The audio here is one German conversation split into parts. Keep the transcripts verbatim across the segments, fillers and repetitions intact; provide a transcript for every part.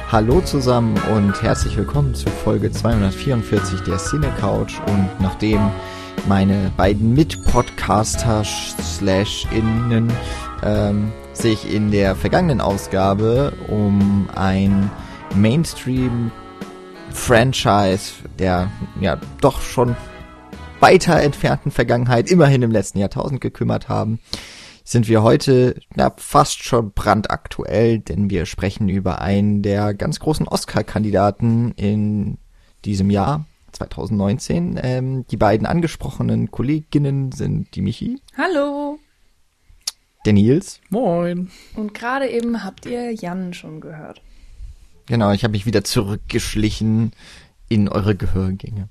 Hallo zusammen und herzlich willkommen zu Folge zweihundertvierundvierzig der Cine Couch. Und nachdem meine beiden Mit-Podcaster slash innen ähm, sich in der vergangenen Ausgabe um ein Mainstream-Franchise der ja doch schon weiter entfernten Vergangenheit, immerhin im letzten Jahrtausend gekümmert haben, sind wir heute na, fast schon brandaktuell, denn wir sprechen über einen der ganz großen Oscar-Kandidaten in diesem Jahr, zwanzig neunzehn. Ähm, die beiden angesprochenen Kolleginnen sind die Michi. Hallo. Der Nils. Moin. Und gerade eben habt ihr Jan schon gehört. Genau, ich habe mich wieder zurückgeschlichen in eure Gehörgänge.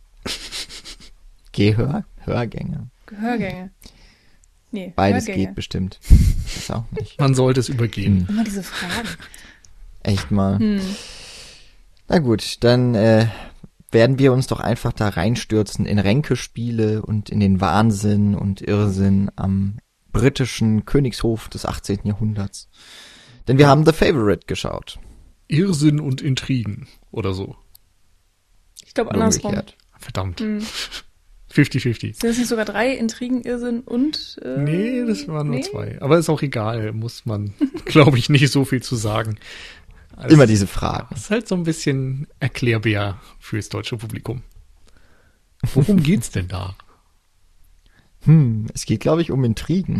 Gehör? Hörgänge. Gehörgänge. Nee, Beides Hörgänge. geht bestimmt. Das auch nicht. Man sollte es übergehen. Hm. Immer diese Fragen. Echt mal. Hm. Na gut, dann äh, werden wir uns doch einfach da reinstürzen in Ränkespiele und in den Wahnsinn und Irrsinn am britischen Königshof des achtzehnten Jahrhunderts. Denn wir haben The Favourite geschaut. Irrsinn und Intrigen oder so. Ich glaube andersrum. Umgekehrt. Verdammt. Hm. fünfzig fünfzig. Sind das nicht sogar drei? Intrigen, Irrsinn und... Äh, Nee, das waren nur nee? zwei. Aber ist auch egal, muss man, glaube ich, nicht so viel zu sagen. Also, Immer diese Fragen. das ist halt so ein bisschen erklärbär fürs deutsche Publikum. Worum geht's denn da? Hm, es geht, glaube ich, um Intrigen.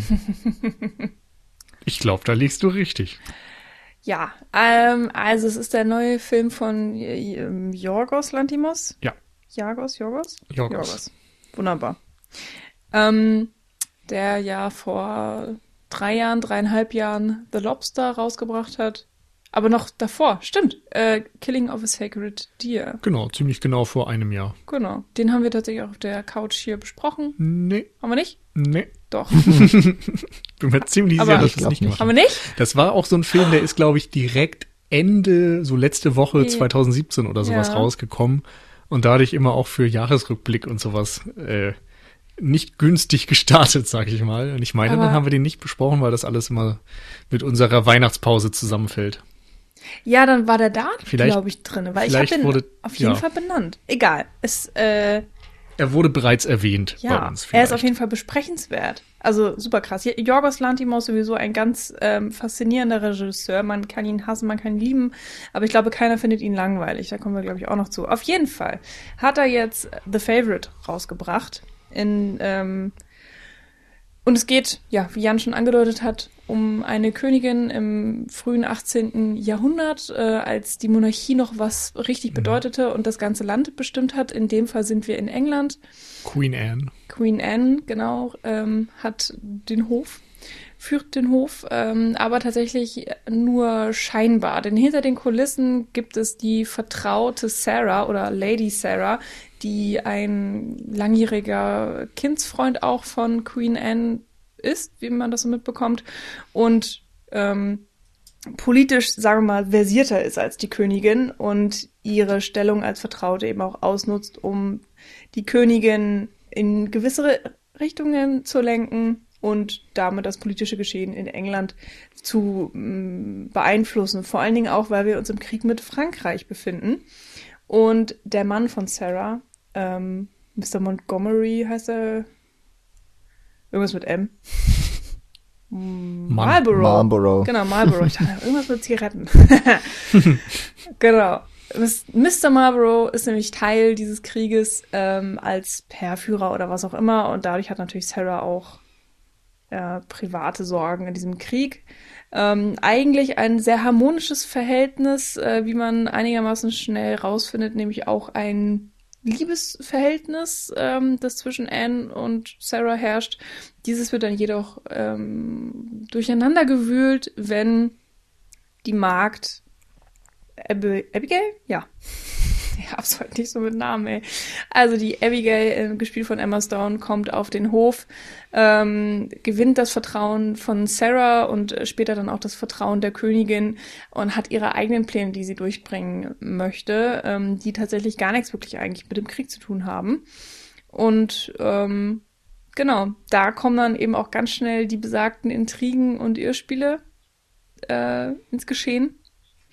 Ich glaube, da liegst du richtig. Ja, ähm, also es ist der neue Film von äh, Yorgos Lanthimos. Ja. Yorgos, Yorgos? Yorgos. Wunderbar. Ähm, der ja vor drei Jahren, dreieinhalb Jahren The Lobster rausgebracht hat. Aber noch davor, stimmt, äh, Killing of a Sacred Deer. Genau, ziemlich genau vor einem Jahr. Genau, den haben wir tatsächlich auch auf der Couch hier besprochen. Nee, Haben wir nicht? nee. Doch. Bin mir ziemlich Aber sicher, ich dass wir es glaub nicht nicht. gemacht Haben haben. wir nicht? Das war auch so ein Film, der ist, glaube ich, direkt Ende, so letzte Woche Nee. zwanzig siebzehn oder sowas Ja. rausgekommen und dadurch immer auch für Jahresrückblick und sowas äh, nicht günstig gestartet, sag ich mal. Und ich meine, Aber- dann haben wir den nicht besprochen, weil das alles immer mit unserer Weihnachtspause zusammenfällt. Ja, dann war der da, Vielleicht- glaube ich, drin. Weil ich habe vielleicht den wurde- auf jeden ja. Fall benannt. Egal. Es, äh, Er wurde bereits erwähnt bei ja, uns. er Vielleicht. ist auf jeden Fall besprechenswert. Also super krass. Yorgos Lanthimos sowieso ein ganz ähm, faszinierender Regisseur. Man kann ihn hassen, man kann ihn lieben, aber ich glaube, keiner findet ihn langweilig. Da kommen wir, glaube ich, auch noch zu. Auf jeden Fall hat er jetzt The Favourite rausgebracht. In, ähm, und es geht, ja, wie Jan schon angedeutet hat, um eine Königin im frühen achtzehnten Jahrhundert, äh, als die Monarchie noch was richtig bedeutete und das ganze Land bestimmt hat. In dem Fall sind wir in England. Queen Anne. Queen Anne, genau, ähm, hat den Hof, führt den Hof, ähm, aber tatsächlich nur scheinbar. Denn hinter den Kulissen gibt es die vertraute Sarah oder Lady Sarah, die ein langjähriger Kindsfreund auch von Queen Anne ist, wie man das so mitbekommt, und ähm, politisch, sagen wir mal, versierter ist als die Königin und ihre Stellung als Vertraute eben auch ausnutzt, um die Königin in gewisse Richtungen zu lenken und damit das politische Geschehen in England zu mh, beeinflussen. Vor allen Dingen auch, weil wir uns im Krieg mit Frankreich befinden. Und der Mann von Sarah, ähm, Mister Montgomery heißt er, irgendwas mit M. Marlborough. Marlborough. Genau, Marlborough. Ich dachte, irgendwas mit Zigaretten. Genau. Mister Marlborough ist nämlich Teil dieses Krieges ähm, als Heerführer oder was auch immer. Und dadurch hat natürlich Sarah auch äh, private Sorgen in diesem Krieg. Ähm, eigentlich ein sehr harmonisches Verhältnis, äh, wie man einigermaßen schnell rausfindet, nämlich auch ein Liebesverhältnis, ähm, das zwischen Anne und Sarah herrscht. Dieses wird dann jedoch ähm, durcheinandergewühlt, wenn die Magd Ab- Abigail? Ja. Ich hab's heute nicht so mit Namen, ey. Also die Abigail, äh, gespielt von Emma Stone, kommt auf den Hof, ähm, gewinnt das Vertrauen von Sarah und äh, später dann auch das Vertrauen der Königin und hat ihre eigenen Pläne, die sie durchbringen möchte, ähm, die tatsächlich gar nichts wirklich eigentlich mit dem Krieg zu tun haben. Und ähm, genau, da kommen dann eben auch ganz schnell die besagten Intrigen und Irrspiele äh, ins Geschehen.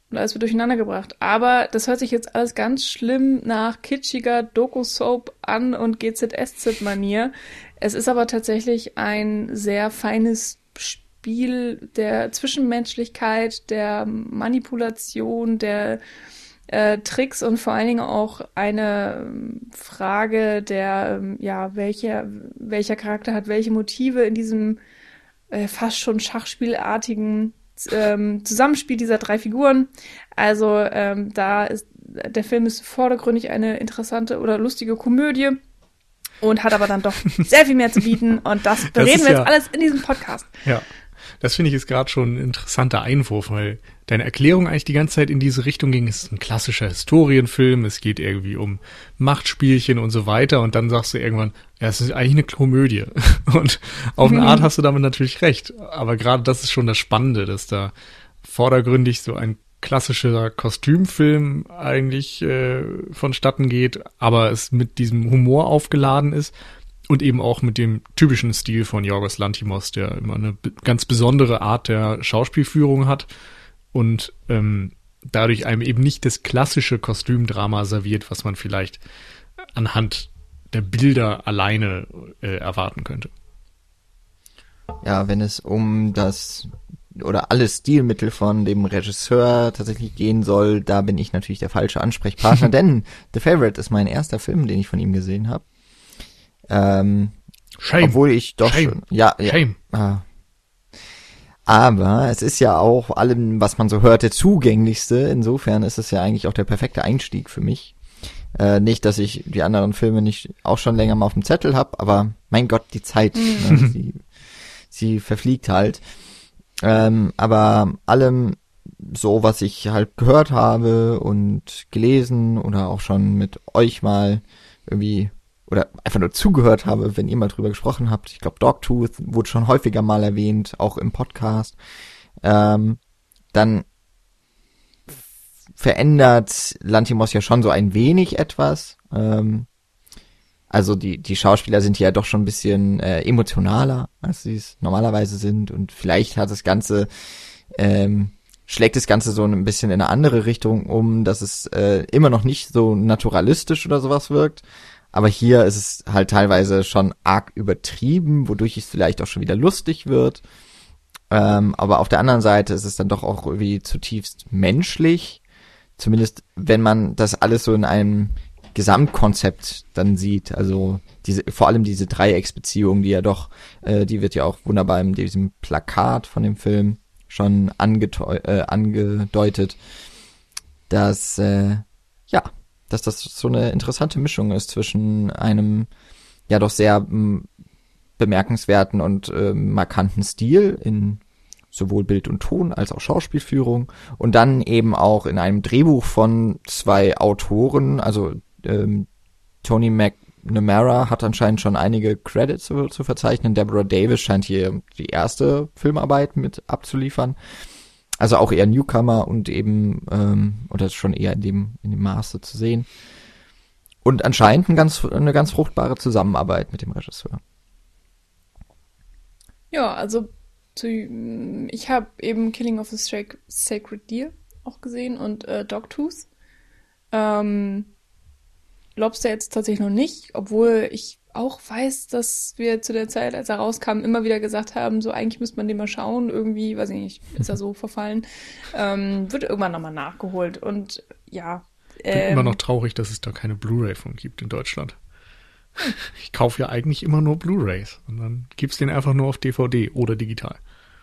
und alles wird durcheinander gebracht. Aber das hört sich jetzt alles ganz schlimm nach kitschiger Doku-Soap an und G Z S Z-Manier. Es ist aber tatsächlich ein sehr feines Spiel der Zwischenmenschlichkeit, der Manipulation, der äh, Tricks und vor allen Dingen auch eine ähm, Frage der, ähm, ja, welcher, welcher Charakter hat welche Motive in diesem äh, fast schon schachspielartigen ähm, Zusammenspiel dieser drei Figuren. Also ähm, da ist der Film ist vordergründig eine interessante oder lustige Komödie und hat aber dann doch sehr viel mehr zu bieten und das Das bereden ist wir ja- jetzt alles in diesem Podcast. Ja, das finde ich ist gerade schon ein interessanter Einwurf, weil deine Erklärung eigentlich die ganze Zeit in diese Richtung ging. Es ist ein klassischer Historienfilm, es geht irgendwie um Machtspielchen und so weiter und dann sagst du irgendwann, ja, es ist eigentlich eine Komödie. Und auf eine Art hast du damit natürlich recht. Aber gerade das ist schon das Spannende, dass da vordergründig so ein klassischer Kostümfilm eigentlich äh, vonstatten geht, aber es mit diesem Humor aufgeladen ist. Und eben auch mit dem typischen Stil von Yorgos Lanthimos, der immer eine b- ganz besondere Art der Schauspielführung hat und ähm, dadurch einem eben nicht das klassische Kostümdrama serviert, was man vielleicht anhand der Bilder alleine äh, erwarten könnte. Ja, wenn es um das oder alle Stilmittel von dem Regisseur tatsächlich gehen soll, da bin ich natürlich der falsche Ansprechpartner, denn The Favourite ist mein erster Film, den ich von ihm gesehen habe. Ähm, Shame. obwohl ich doch Shame. schon, ja, ja, Shame. ah. Aber es ist ja auch allem, was man so hört, der zugänglichste. Insofern ist es ja eigentlich auch der perfekte Einstieg für mich. Äh, nicht, dass ich die anderen Filme nicht auch schon länger mal auf dem Zettel habe, aber mein Gott, die Zeit, ne, sie, sie verfliegt halt. Ähm, aber allem so, was ich halt gehört habe und gelesen oder auch schon mit euch mal irgendwie oder einfach nur zugehört habe, wenn ihr mal drüber gesprochen habt. Ich glaube, Dogtooth wurde schon häufiger mal erwähnt, auch im Podcast. Ähm, dann f- verändert Lanthimos ja schon so ein wenig etwas. Ähm, also die die Schauspieler sind ja doch schon ein bisschen äh, emotionaler, als sie es normalerweise sind. Und vielleicht hat das Ganze ähm, schlägt das Ganze so ein bisschen in eine andere Richtung um, dass es äh, immer noch nicht so naturalistisch oder sowas wirkt. Aber hier ist es halt teilweise schon arg übertrieben, wodurch es vielleicht auch schon wieder lustig wird. Ähm, aber auf der anderen Seite ist es dann doch auch irgendwie zutiefst menschlich. Zumindest wenn man das alles so in einem Gesamtkonzept dann sieht. Also diese, vor allem diese Dreiecksbeziehung, die ja doch, äh, die wird ja auch wunderbar in diesem Plakat von dem Film schon angeteu- äh, angedeutet, dass, äh, ja, dass das so eine interessante Mischung ist zwischen einem ja doch sehr m, bemerkenswerten und äh, markanten Stil in sowohl Bild und Ton als auch Schauspielführung und dann eben auch in einem Drehbuch von zwei Autoren, also ähm, Tony McNamara hat anscheinend schon einige Credits zu, zu verzeichnen, Deborah Davis scheint hier die erste Filmarbeit mit abzuliefern. Also auch eher Newcomer und eben, ähm, oder schon eher in dem, in dem Maße zu sehen. Und anscheinend ein ganz, eine ganz fruchtbare Zusammenarbeit mit dem Regisseur. Ja, also zu, ich habe eben Killing of the Sac- Sacred Deer auch gesehen und äh, Dogtooth. Ähm, Lobster jetzt tatsächlich noch nicht, obwohl ich auch weiß, dass wir zu der Zeit, als er rauskam, immer wieder gesagt haben, so eigentlich müsste man den mal schauen, irgendwie, weiß ich nicht, ist er so verfallen, ähm, wird irgendwann nochmal nachgeholt und ja. Ich bin Ähm, immer noch traurig, dass es da keine Blu-ray von gibt in Deutschland. Ich kaufe ja eigentlich immer nur Blu-rays und dann gibt's den einfach nur auf D V D oder digital.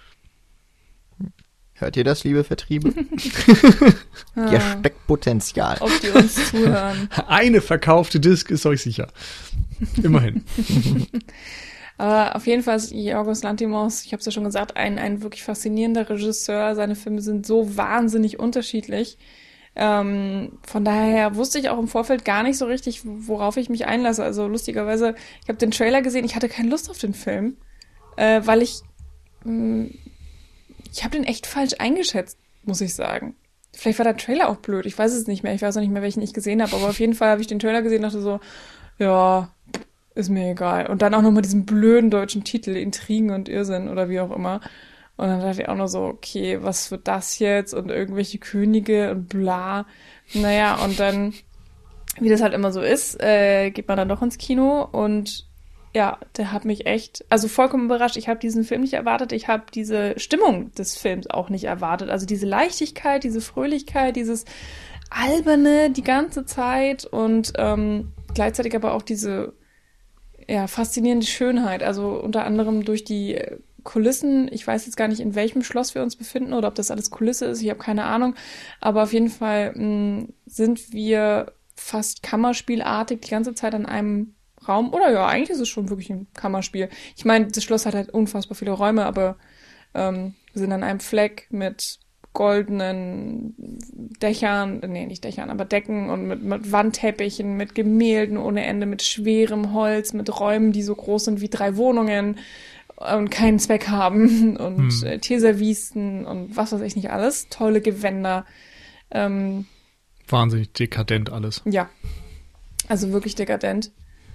Hört ihr das, liebe Vertriebe? Ihr steckt Potenzial. ob die uns zuhören. Eine verkaufte Disc ist euch sicher. Immerhin. Aber auf jeden Fall ist Yorgos Lanthimos, ich habe es ja schon gesagt, ein, ein wirklich faszinierender Regisseur. Seine Filme sind so wahnsinnig unterschiedlich. Ähm, von daher wusste ich auch im Vorfeld gar nicht so richtig, worauf ich mich einlasse. Also lustigerweise, ich habe den Trailer gesehen, ich hatte keine Lust auf den Film, äh, weil ich, mh, ich habe den echt falsch eingeschätzt, muss ich sagen. Vielleicht war der Trailer auch blöd, ich weiß es nicht mehr, ich weiß auch nicht mehr, welchen ich gesehen habe, aber auf jeden Fall habe ich den Trailer gesehen und dachte so, ja, ist mir egal. Und dann auch nochmal diesen blöden deutschen Titel, Intrigen und Irrsinn oder wie auch immer. Und dann dachte ich auch nur so, okay, was wird das jetzt? Und irgendwelche Könige und bla. Naja, und dann, wie das halt immer so ist, äh, geht man dann doch ins Kino und ja, der hat mich echt, also vollkommen überrascht. Ich habe diesen Film nicht erwartet. Ich habe diese Stimmung des Films auch nicht erwartet. Also diese Leichtigkeit, diese Fröhlichkeit, dieses Alberne die ganze Zeit und ähm, gleichzeitig aber auch diese ja faszinierende Schönheit. Also unter anderem durch die Kulissen. Ich weiß jetzt gar nicht, in welchem Schloss wir uns befinden oder ob das alles Kulisse ist. Ich habe keine Ahnung. Aber auf jeden Fall mh, sind wir fast kammerspielartig die ganze Zeit an einem Raum, oder ja, eigentlich ist es schon wirklich ein Kammerspiel. Ich meine, das Schloss hat halt unfassbar viele Räume, aber ähm, wir sind an einem Fleck mit goldenen Dächern, nee, nicht Dächern, aber Decken und mit, mit Wandteppichen, mit Gemälden ohne Ende, mit schwerem Holz, mit Räumen, die so groß sind wie drei Wohnungen und keinen Zweck haben und hm. äh, Teeserviezen und was weiß ich nicht alles. Tolle Gewänder. Ähm, Wahnsinnig dekadent alles. Ja, also wirklich dekadent.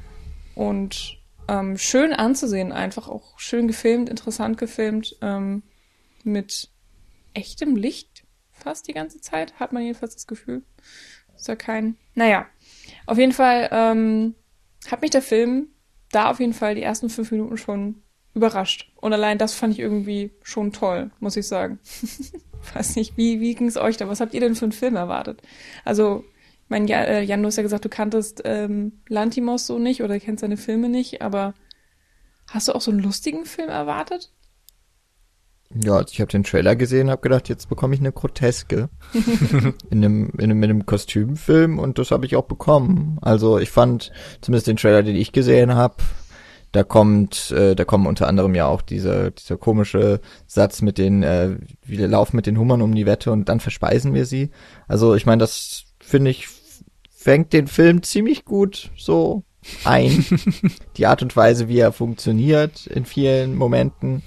Und ähm, schön anzusehen, einfach auch schön gefilmt, interessant gefilmt, ähm, mit echtem Licht fast die ganze Zeit, hat man jedenfalls das Gefühl. Ist ja kein, naja, auf jeden Fall ähm, hat mich der Film da auf jeden Fall die ersten fünf Minuten schon überrascht. Und allein das fand ich irgendwie schon toll, muss ich sagen. Weiß nicht, wie, wie ging es euch da? Was habt ihr denn für einen Film erwartet? Also, ich meine, Jan, du hast ja gesagt, du kanntest ähm, Lanthimos so nicht oder kennst seine Filme nicht, aber hast du auch so einen lustigen Film erwartet? Ja, also ich habe den Trailer gesehen und habe gedacht, jetzt bekomme ich eine Groteske in einem, in einem, in einem Kostümfilm und das habe ich auch bekommen. Also ich fand zumindest den Trailer, den ich gesehen habe, da kommt, äh, da kommen unter anderem ja auch diese, dieser komische Satz mit den, äh, wir laufen mit den Hummern um die Wette und dann verspeisen wir sie. Also ich meine, das finde ich fängt den Film ziemlich gut so ein. Die Art und Weise, wie er funktioniert in vielen Momenten.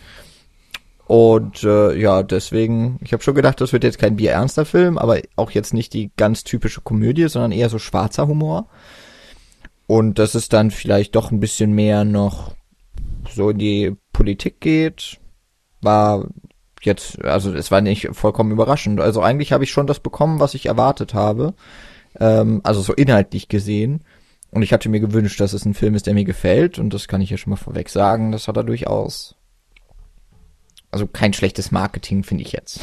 Und äh, ja, deswegen, ich habe schon gedacht, das wird jetzt kein bierernster Film, aber auch jetzt nicht die ganz typische Komödie, sondern eher so schwarzer Humor. Und dass es dann vielleicht doch ein bisschen mehr noch so in die Politik geht, war jetzt, also es war nicht vollkommen überraschend. Also eigentlich habe ich schon das bekommen, was ich erwartet habe. Ähm, also so inhaltlich gesehen. Und ich hatte mir gewünscht, dass es ein Film ist, der mir gefällt. Und das kann ich ja schon mal vorweg sagen. Das hat er durchaus. Also kein schlechtes Marketing, finde ich jetzt.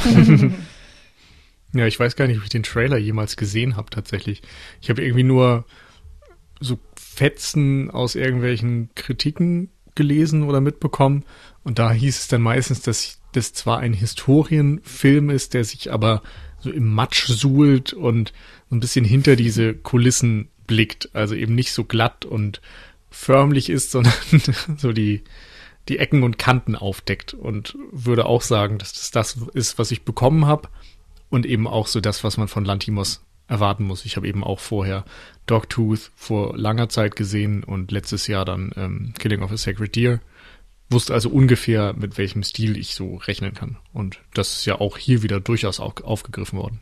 Ja, ich weiß gar nicht, ob ich den Trailer jemals gesehen habe tatsächlich. Ich habe irgendwie nur so Fetzen aus irgendwelchen Kritiken gelesen oder mitbekommen. Und da hieß es dann meistens, dass das zwar ein Historienfilm ist, der sich aber so im Matsch suhlt und so ein bisschen hinter diese Kulissen blickt. Also eben nicht so glatt und förmlich ist, sondern so die die Ecken und Kanten aufdeckt und würde auch sagen, dass das das ist, was ich bekommen habe und eben auch so das, was man von Lanthimos erwarten muss. Ich habe eben auch vorher Dogtooth vor langer Zeit gesehen und letztes Jahr dann ähm, Killing of a Sacred Deer. Wusste also ungefähr, mit welchem Stil ich so rechnen kann. Und das ist ja auch hier wieder durchaus auch aufgegriffen worden.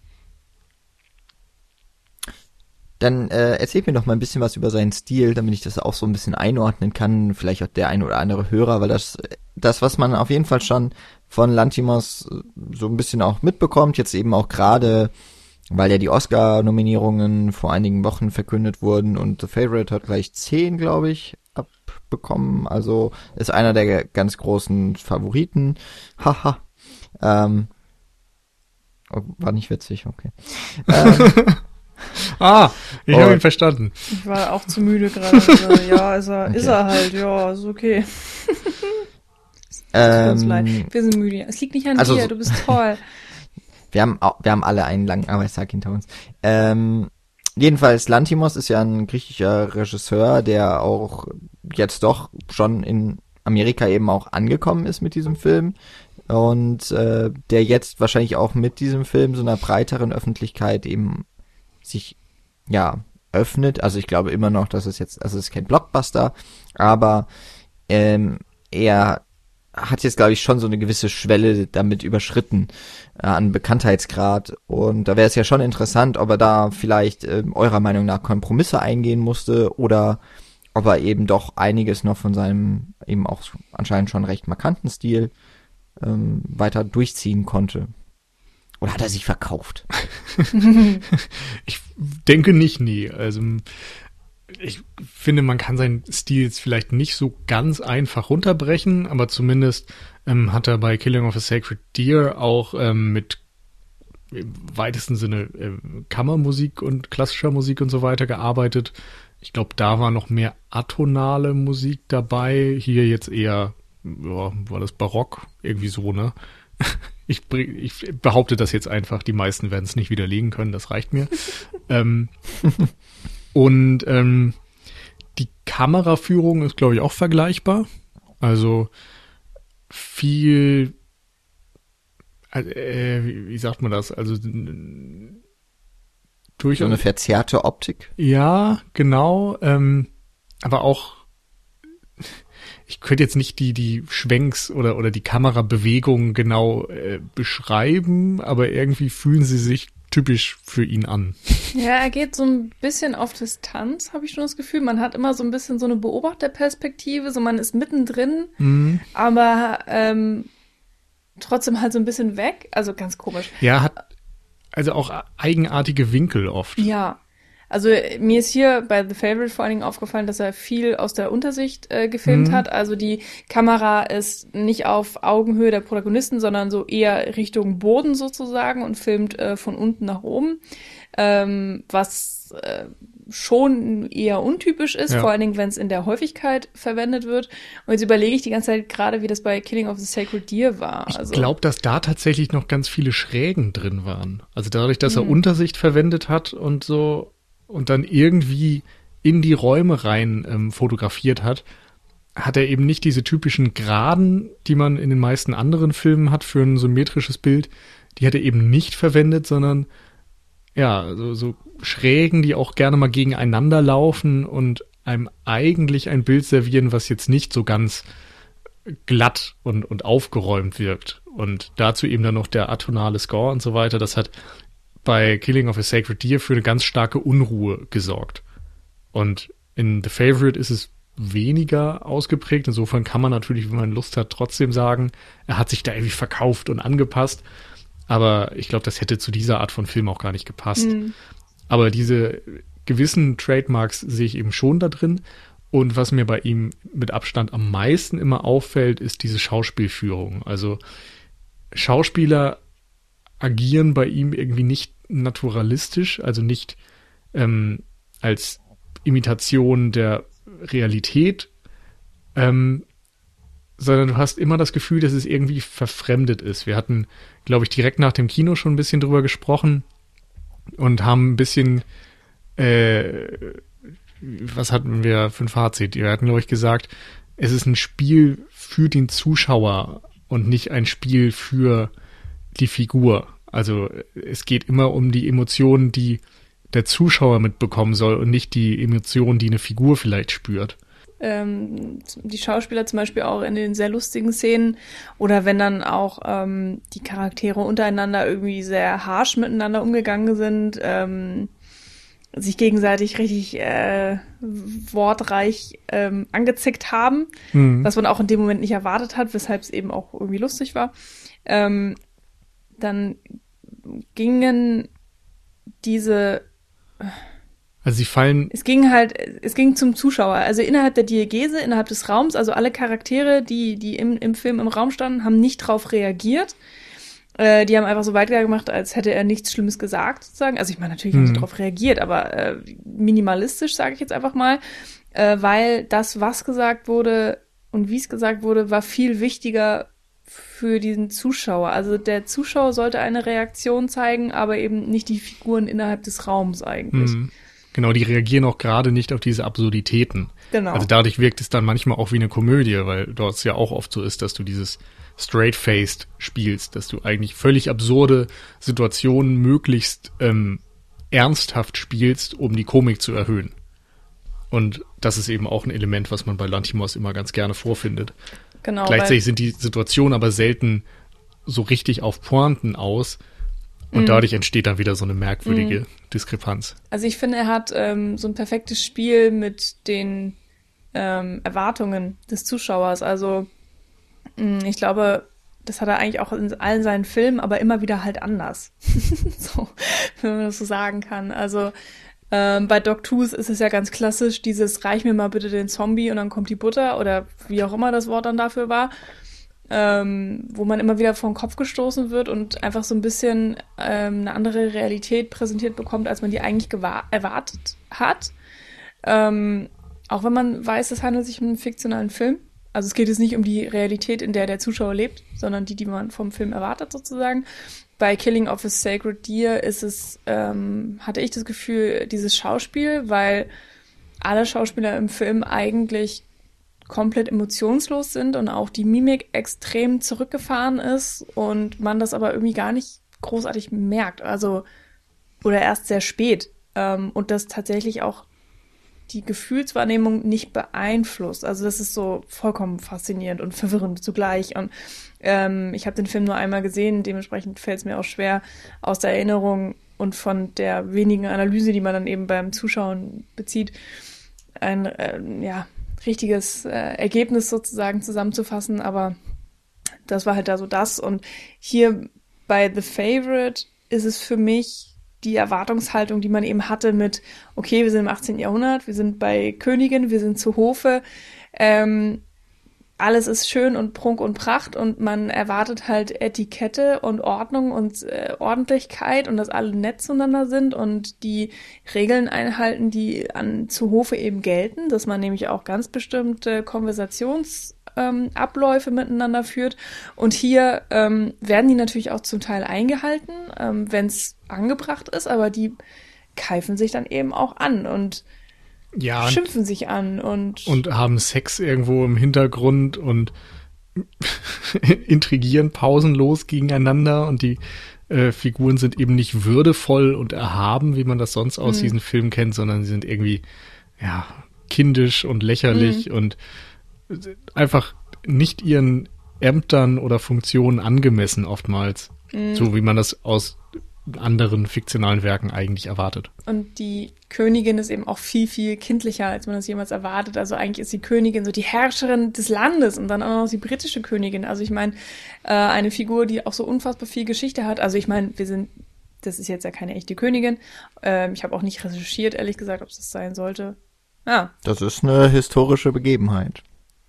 Dann äh, erzählt mir doch mal ein bisschen was über seinen Stil, damit ich das auch so ein bisschen einordnen kann, vielleicht auch der ein oder andere Hörer, weil das, das, was man auf jeden Fall schon von Lanthimos so ein bisschen auch mitbekommt, jetzt eben auch gerade, weil ja die Oscar-Nominierungen vor einigen Wochen verkündet wurden und The Favourite hat gleich zehn, glaube ich, abbekommen, also ist einer der ganz großen Favoriten, haha, ähm, oh, war nicht witzig, okay. ähm, Ah, ich habe ihn verstanden. Ich war auch zu müde gerade. Also, ja, ist er, okay. ist er halt. Ja, ist okay. ähm, Wir sind müde. Es liegt nicht an also, dir, du bist toll. Wir haben, wir haben alle einen langen Arbeitstag hinter uns. Ähm, jedenfalls, Lanthimos ist ja ein griechischer Regisseur, der auch jetzt doch schon in Amerika eben auch angekommen ist mit diesem Film. Und äh, der jetzt wahrscheinlich auch mit diesem Film so einer breiteren Öffentlichkeit eben sich, ja, öffnet. Also ich glaube immer noch, dass es jetzt, also es ist kein Blockbuster, aber ähm, er hat jetzt, glaube ich, schon so eine gewisse Schwelle damit überschritten äh, an Bekanntheitsgrad. Und da wäre es ja schon interessant, ob er da vielleicht äh, eurer Meinung nach Kompromisse eingehen musste oder ob er eben doch einiges noch von seinem eben auch anscheinend schon recht markanten Stil ähm, weiter durchziehen konnte. Oder hat er sich verkauft? Ich denke nicht, nee. Also ich finde, man kann seinen Stil jetzt vielleicht nicht so ganz einfach runterbrechen, aber zumindest ähm, hat er bei Killing of a Sacred Deer auch ähm, mit im weitesten Sinne äh, Kammermusik und klassischer Musik und so weiter gearbeitet. Ich glaube, da war noch mehr atonale Musik dabei. Hier jetzt eher, ja, war das Barock, irgendwie so, ne? Ich, ich behaupte das jetzt einfach, die meisten werden es nicht widerlegen können, das reicht mir. ähm, und ähm, die Kameraführung ist, glaube ich, auch vergleichbar. Also viel, äh, wie, wie sagt man das? Also durch so eine verzerrte Optik. Ja, genau. Ähm, aber auch ich könnte jetzt nicht die die Schwenks oder oder die Kamerabewegungen genau äh, beschreiben, aber irgendwie fühlen sie sich typisch für ihn an. Ja, er geht so ein bisschen auf Distanz, habe ich schon das Gefühl. Man hat immer so ein bisschen so eine Beobachterperspektive, so man ist mittendrin, mhm. aber ähm, trotzdem halt so ein bisschen weg. Also ganz komisch. Ja, hat also auch eigenartige Winkel oft. Ja. Also mir ist hier bei The Favourite vor allen Dingen aufgefallen, dass er viel aus der Untersicht äh, gefilmt mhm. hat. Also die Kamera ist nicht auf Augenhöhe der Protagonisten, sondern so eher Richtung Boden sozusagen und filmt äh, von unten nach oben, ähm, was äh, schon eher untypisch ist, ja. Vor allen Dingen, wenn es in der Häufigkeit verwendet wird. Und jetzt überlege ich die ganze Zeit gerade, wie das bei Killing of the Sacred Deer war. Ich also, glaube, dass da tatsächlich noch ganz viele Schrägen drin waren. Also dadurch, dass er mhm. Untersicht verwendet hat und so und dann irgendwie in die Räume rein ähm, fotografiert hat, hat er eben nicht diese typischen Geraden, die man in den meisten anderen Filmen hat für ein symmetrisches Bild. Die hat er eben nicht verwendet, sondern ja, so, so Schrägen, die auch gerne mal gegeneinander laufen und einem eigentlich ein Bild servieren, was jetzt nicht so ganz glatt und, und aufgeräumt wirkt. Und dazu eben dann noch der atonale Score und so weiter. Das hat bei Killing of a Sacred Deer für eine ganz starke Unruhe gesorgt. Und in The Favourite ist es weniger ausgeprägt. Insofern kann man natürlich, wenn man Lust hat, trotzdem sagen, er hat sich da irgendwie verkauft und angepasst. Aber ich glaube, das hätte zu dieser Art von Film auch gar nicht gepasst. Mhm. Aber diese gewissen Trademarks sehe ich eben schon da drin. Und was mir bei ihm mit Abstand am meisten immer auffällt, ist diese Schauspielführung. Also Schauspieler agieren bei ihm irgendwie nicht naturalistisch, also nicht ähm, als Imitation der Realität, ähm, sondern du hast immer das Gefühl, dass es irgendwie verfremdet ist. Wir hatten, glaube ich, direkt nach dem Kino schon ein bisschen drüber gesprochen und haben ein bisschen, äh, was hatten wir für ein Fazit? Wir hatten, glaube ich, gesagt, es ist ein Spiel für den Zuschauer und nicht ein Spiel für die Figur. Also es geht immer um die Emotionen, die der Zuschauer mitbekommen soll und nicht die Emotionen, die eine Figur vielleicht spürt. Ähm, die Schauspieler zum Beispiel auch in den sehr lustigen Szenen oder wenn dann auch ähm, die Charaktere untereinander irgendwie sehr harsh miteinander umgegangen sind, ähm, sich gegenseitig richtig äh, wortreich ähm, angezickt haben, mhm. was man auch in dem Moment nicht erwartet hat, weshalb es eben auch irgendwie lustig war. Ähm, dann gingen diese Also sie fallen... Es ging halt, es ging zum Zuschauer, also innerhalb der Diegese, innerhalb des Raums, also alle Charaktere, die die im, im Film im Raum standen, haben nicht drauf reagiert. Äh, die haben einfach so weitergemacht, als hätte er nichts Schlimmes gesagt, sozusagen. Also ich meine, natürlich mhm. haben sie drauf reagiert, aber äh, minimalistisch, sage ich jetzt einfach mal, äh, weil das, was gesagt wurde und wie es gesagt wurde, war viel wichtiger für diesen Zuschauer. Also der Zuschauer sollte eine Reaktion zeigen, aber eben nicht die Figuren innerhalb des Raums eigentlich. Mhm. Genau, die reagieren auch gerade nicht auf diese Absurditäten. Genau. Also dadurch wirkt es dann manchmal auch wie eine Komödie, weil dort es ja auch oft so ist, dass du dieses straight-faced spielst, dass du eigentlich völlig absurde Situationen möglichst ähm, ernsthaft spielst, um die Komik zu erhöhen. Und das ist eben auch ein Element, was man bei Lanthimos immer ganz gerne vorfindet. Genau. Gleichzeitig sind die Situationen aber selten so richtig auf Pointen aus. Und mm. dadurch entsteht dann wieder so eine merkwürdige mm. Diskrepanz. Also ich finde, er hat ähm, so ein perfektes Spiel mit den ähm, Erwartungen des Zuschauers. Also mh, ich glaube, das hat er eigentlich auch in allen seinen Filmen, aber immer wieder halt anders. So, wenn man das so sagen kann. Also ähm, bei Dog Tooth ist es ja ganz klassisch, dieses reich mir mal bitte den Zombie und dann kommt die Butter oder wie auch immer das Wort dann dafür war. Ähm, wo man immer wieder vor den Kopf gestoßen wird und einfach so ein bisschen ähm, eine andere Realität präsentiert bekommt, als man die eigentlich gewa- erwartet hat. Ähm, auch wenn man weiß, es handelt sich um einen fiktionalen Film. Also es geht jetzt nicht um die Realität, in der der Zuschauer lebt, sondern die, die man vom Film erwartet sozusagen. Bei Killing of a Sacred Deer ist es, ähm, hatte ich das Gefühl, dieses Schauspiel, weil alle Schauspieler im Film eigentlich komplett emotionslos sind und auch die Mimik extrem zurückgefahren ist und man das aber irgendwie gar nicht großartig merkt, also oder erst sehr spät ähm, und das tatsächlich auch die Gefühlswahrnehmung nicht beeinflusst. Also das ist so vollkommen faszinierend und verwirrend zugleich und ähm, ich habe den Film nur einmal gesehen, dementsprechend fällt es mir auch schwer aus der Erinnerung und von der wenigen Analyse, die man dann eben beim Zuschauen bezieht, ein, äh, ja, richtiges äh, Ergebnis sozusagen zusammenzufassen, aber das war halt da so das. Und hier bei The Favorite ist es für mich die Erwartungshaltung, die man eben hatte mit, okay, wir sind im achtzehnten Jahrhundert, wir sind bei Königin, wir sind zu Hofe, ähm, alles ist schön und Prunk und Pracht und man erwartet halt Etikette und Ordnung und äh, Ordentlichkeit und dass alle nett zueinander sind und die Regeln einhalten, die an zu Hofe eben gelten, dass man nämlich auch ganz bestimmte Konversationsabläufe ähm, miteinander führt. Und hier ähm, werden die natürlich auch zum Teil eingehalten, ähm, wenn es angebracht ist, aber die keifen sich dann eben auch an und ja, schimpfen sich an und und haben Sex irgendwo im Hintergrund und intrigieren pausenlos gegeneinander und die äh, Figuren sind eben nicht würdevoll und erhaben, wie man das sonst aus mhm. diesen Filmen kennt, sondern sie sind irgendwie ja kindisch und lächerlich mhm. und einfach nicht ihren Ämtern oder Funktionen angemessen oftmals, mhm. so wie man das aus anderen fiktionalen Werken eigentlich erwartet. Und die Königin ist eben auch viel, viel kindlicher, als man das jemals erwartet. Also eigentlich ist die Königin so die Herrscherin des Landes und dann auch noch die britische Königin. Also ich meine, äh, eine Figur, die auch so unfassbar viel Geschichte hat. Also ich meine, wir sind, das ist jetzt ja keine echte Königin. Ähm, ich habe auch nicht recherchiert, ehrlich gesagt, ob es das sein sollte. Ja. Das ist eine historische Begebenheit.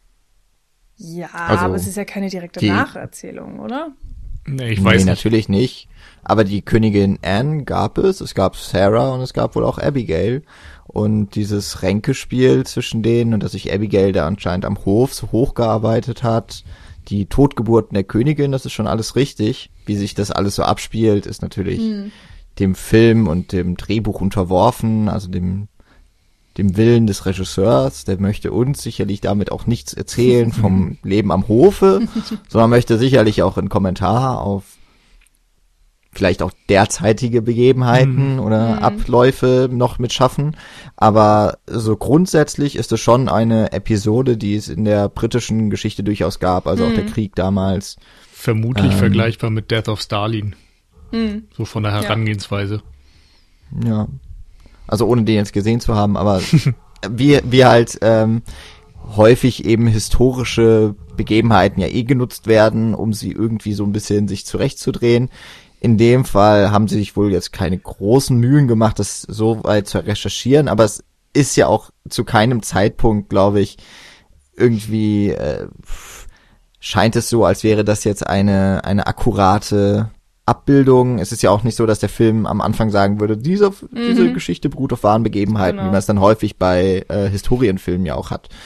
Ja, also aber es ist ja keine direkte die, Nacherzählung, oder? Nee, ich weiß nee, nicht. natürlich nicht. Aber die Königin Anne gab es, es gab Sarah und es gab wohl auch Abigail. Und dieses Ränkespiel zwischen denen und dass sich Abigail da anscheinend am Hof so hochgearbeitet hat, die Totgeburten der Königin, das ist schon alles richtig. Wie sich das alles so abspielt, ist natürlich hm. dem Film und dem Drehbuch unterworfen, also dem dem Willen des Regisseurs. Der möchte uns sicherlich damit auch nichts erzählen vom Leben am Hofe, sondern möchte sicherlich auch einen Kommentar auf vielleicht auch derzeitige Begebenheiten mhm. oder mhm. Abläufe noch mit schaffen. Aber so grundsätzlich ist es schon eine Episode, die es in der britischen Geschichte durchaus gab, also mhm. auch der Krieg damals. Vermutlich ähm, vergleichbar mit Death of Stalin. Mhm. So von der Herangehensweise. Ja. ja. Also ohne den jetzt gesehen zu haben, aber wie, wie halt ähm, häufig eben historische Begebenheiten ja eh genutzt werden, um sie irgendwie so ein bisschen sich zurechtzudrehen. In dem Fall haben sie sich wohl jetzt keine großen Mühen gemacht, das so weit zu recherchieren, aber es ist ja auch zu keinem Zeitpunkt, glaube ich, irgendwie äh, scheint es so, als wäre das jetzt eine eine akkurate Abbildung. Es ist ja auch nicht so, dass der Film am Anfang sagen würde, diese, mhm. diese Geschichte beruht auf wahren Begebenheiten, genau. wie man es dann häufig bei äh, Historienfilmen ja auch hat.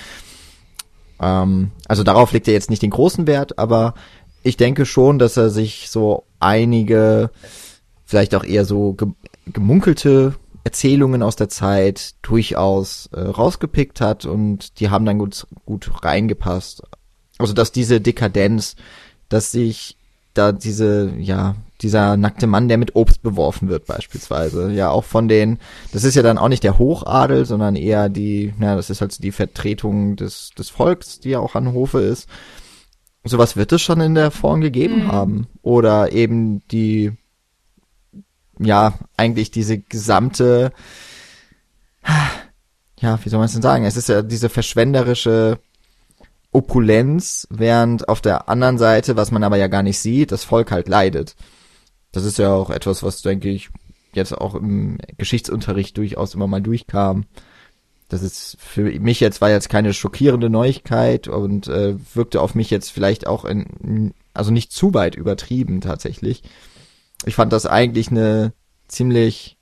Ähm, also darauf legt er jetzt nicht den großen Wert, aber ich denke schon, dass er sich so einige, vielleicht auch eher so ge- gemunkelte Erzählungen aus der Zeit durchaus äh, rausgepickt hat und die haben dann gut, gut reingepasst. Also dass diese Dekadenz, dass sich da diese, ja, dieser nackte Mann, der mit Obst beworfen wird beispielsweise, ja auch von den, das ist ja dann auch nicht der Hochadel, sondern eher die, na, das ist halt so die Vertretung des des Volks, die ja auch an Hofe ist. Sowas wird es schon in der Form gegeben mhm. haben. Oder eben die, ja, eigentlich diese gesamte, ja, wie soll man es denn sagen? Es ist ja diese verschwenderische Opulenz, während auf der anderen Seite, was man aber ja gar nicht sieht, das Volk halt leidet. Das ist ja auch etwas, was, denke ich, jetzt auch im Geschichtsunterricht durchaus immer mal durchkam. Das ist für mich jetzt, war jetzt keine schockierende Neuigkeit und äh, wirkte auf mich jetzt vielleicht auch in, also nicht zu weit übertrieben tatsächlich. Ich fand das eigentlich eine ziemlich,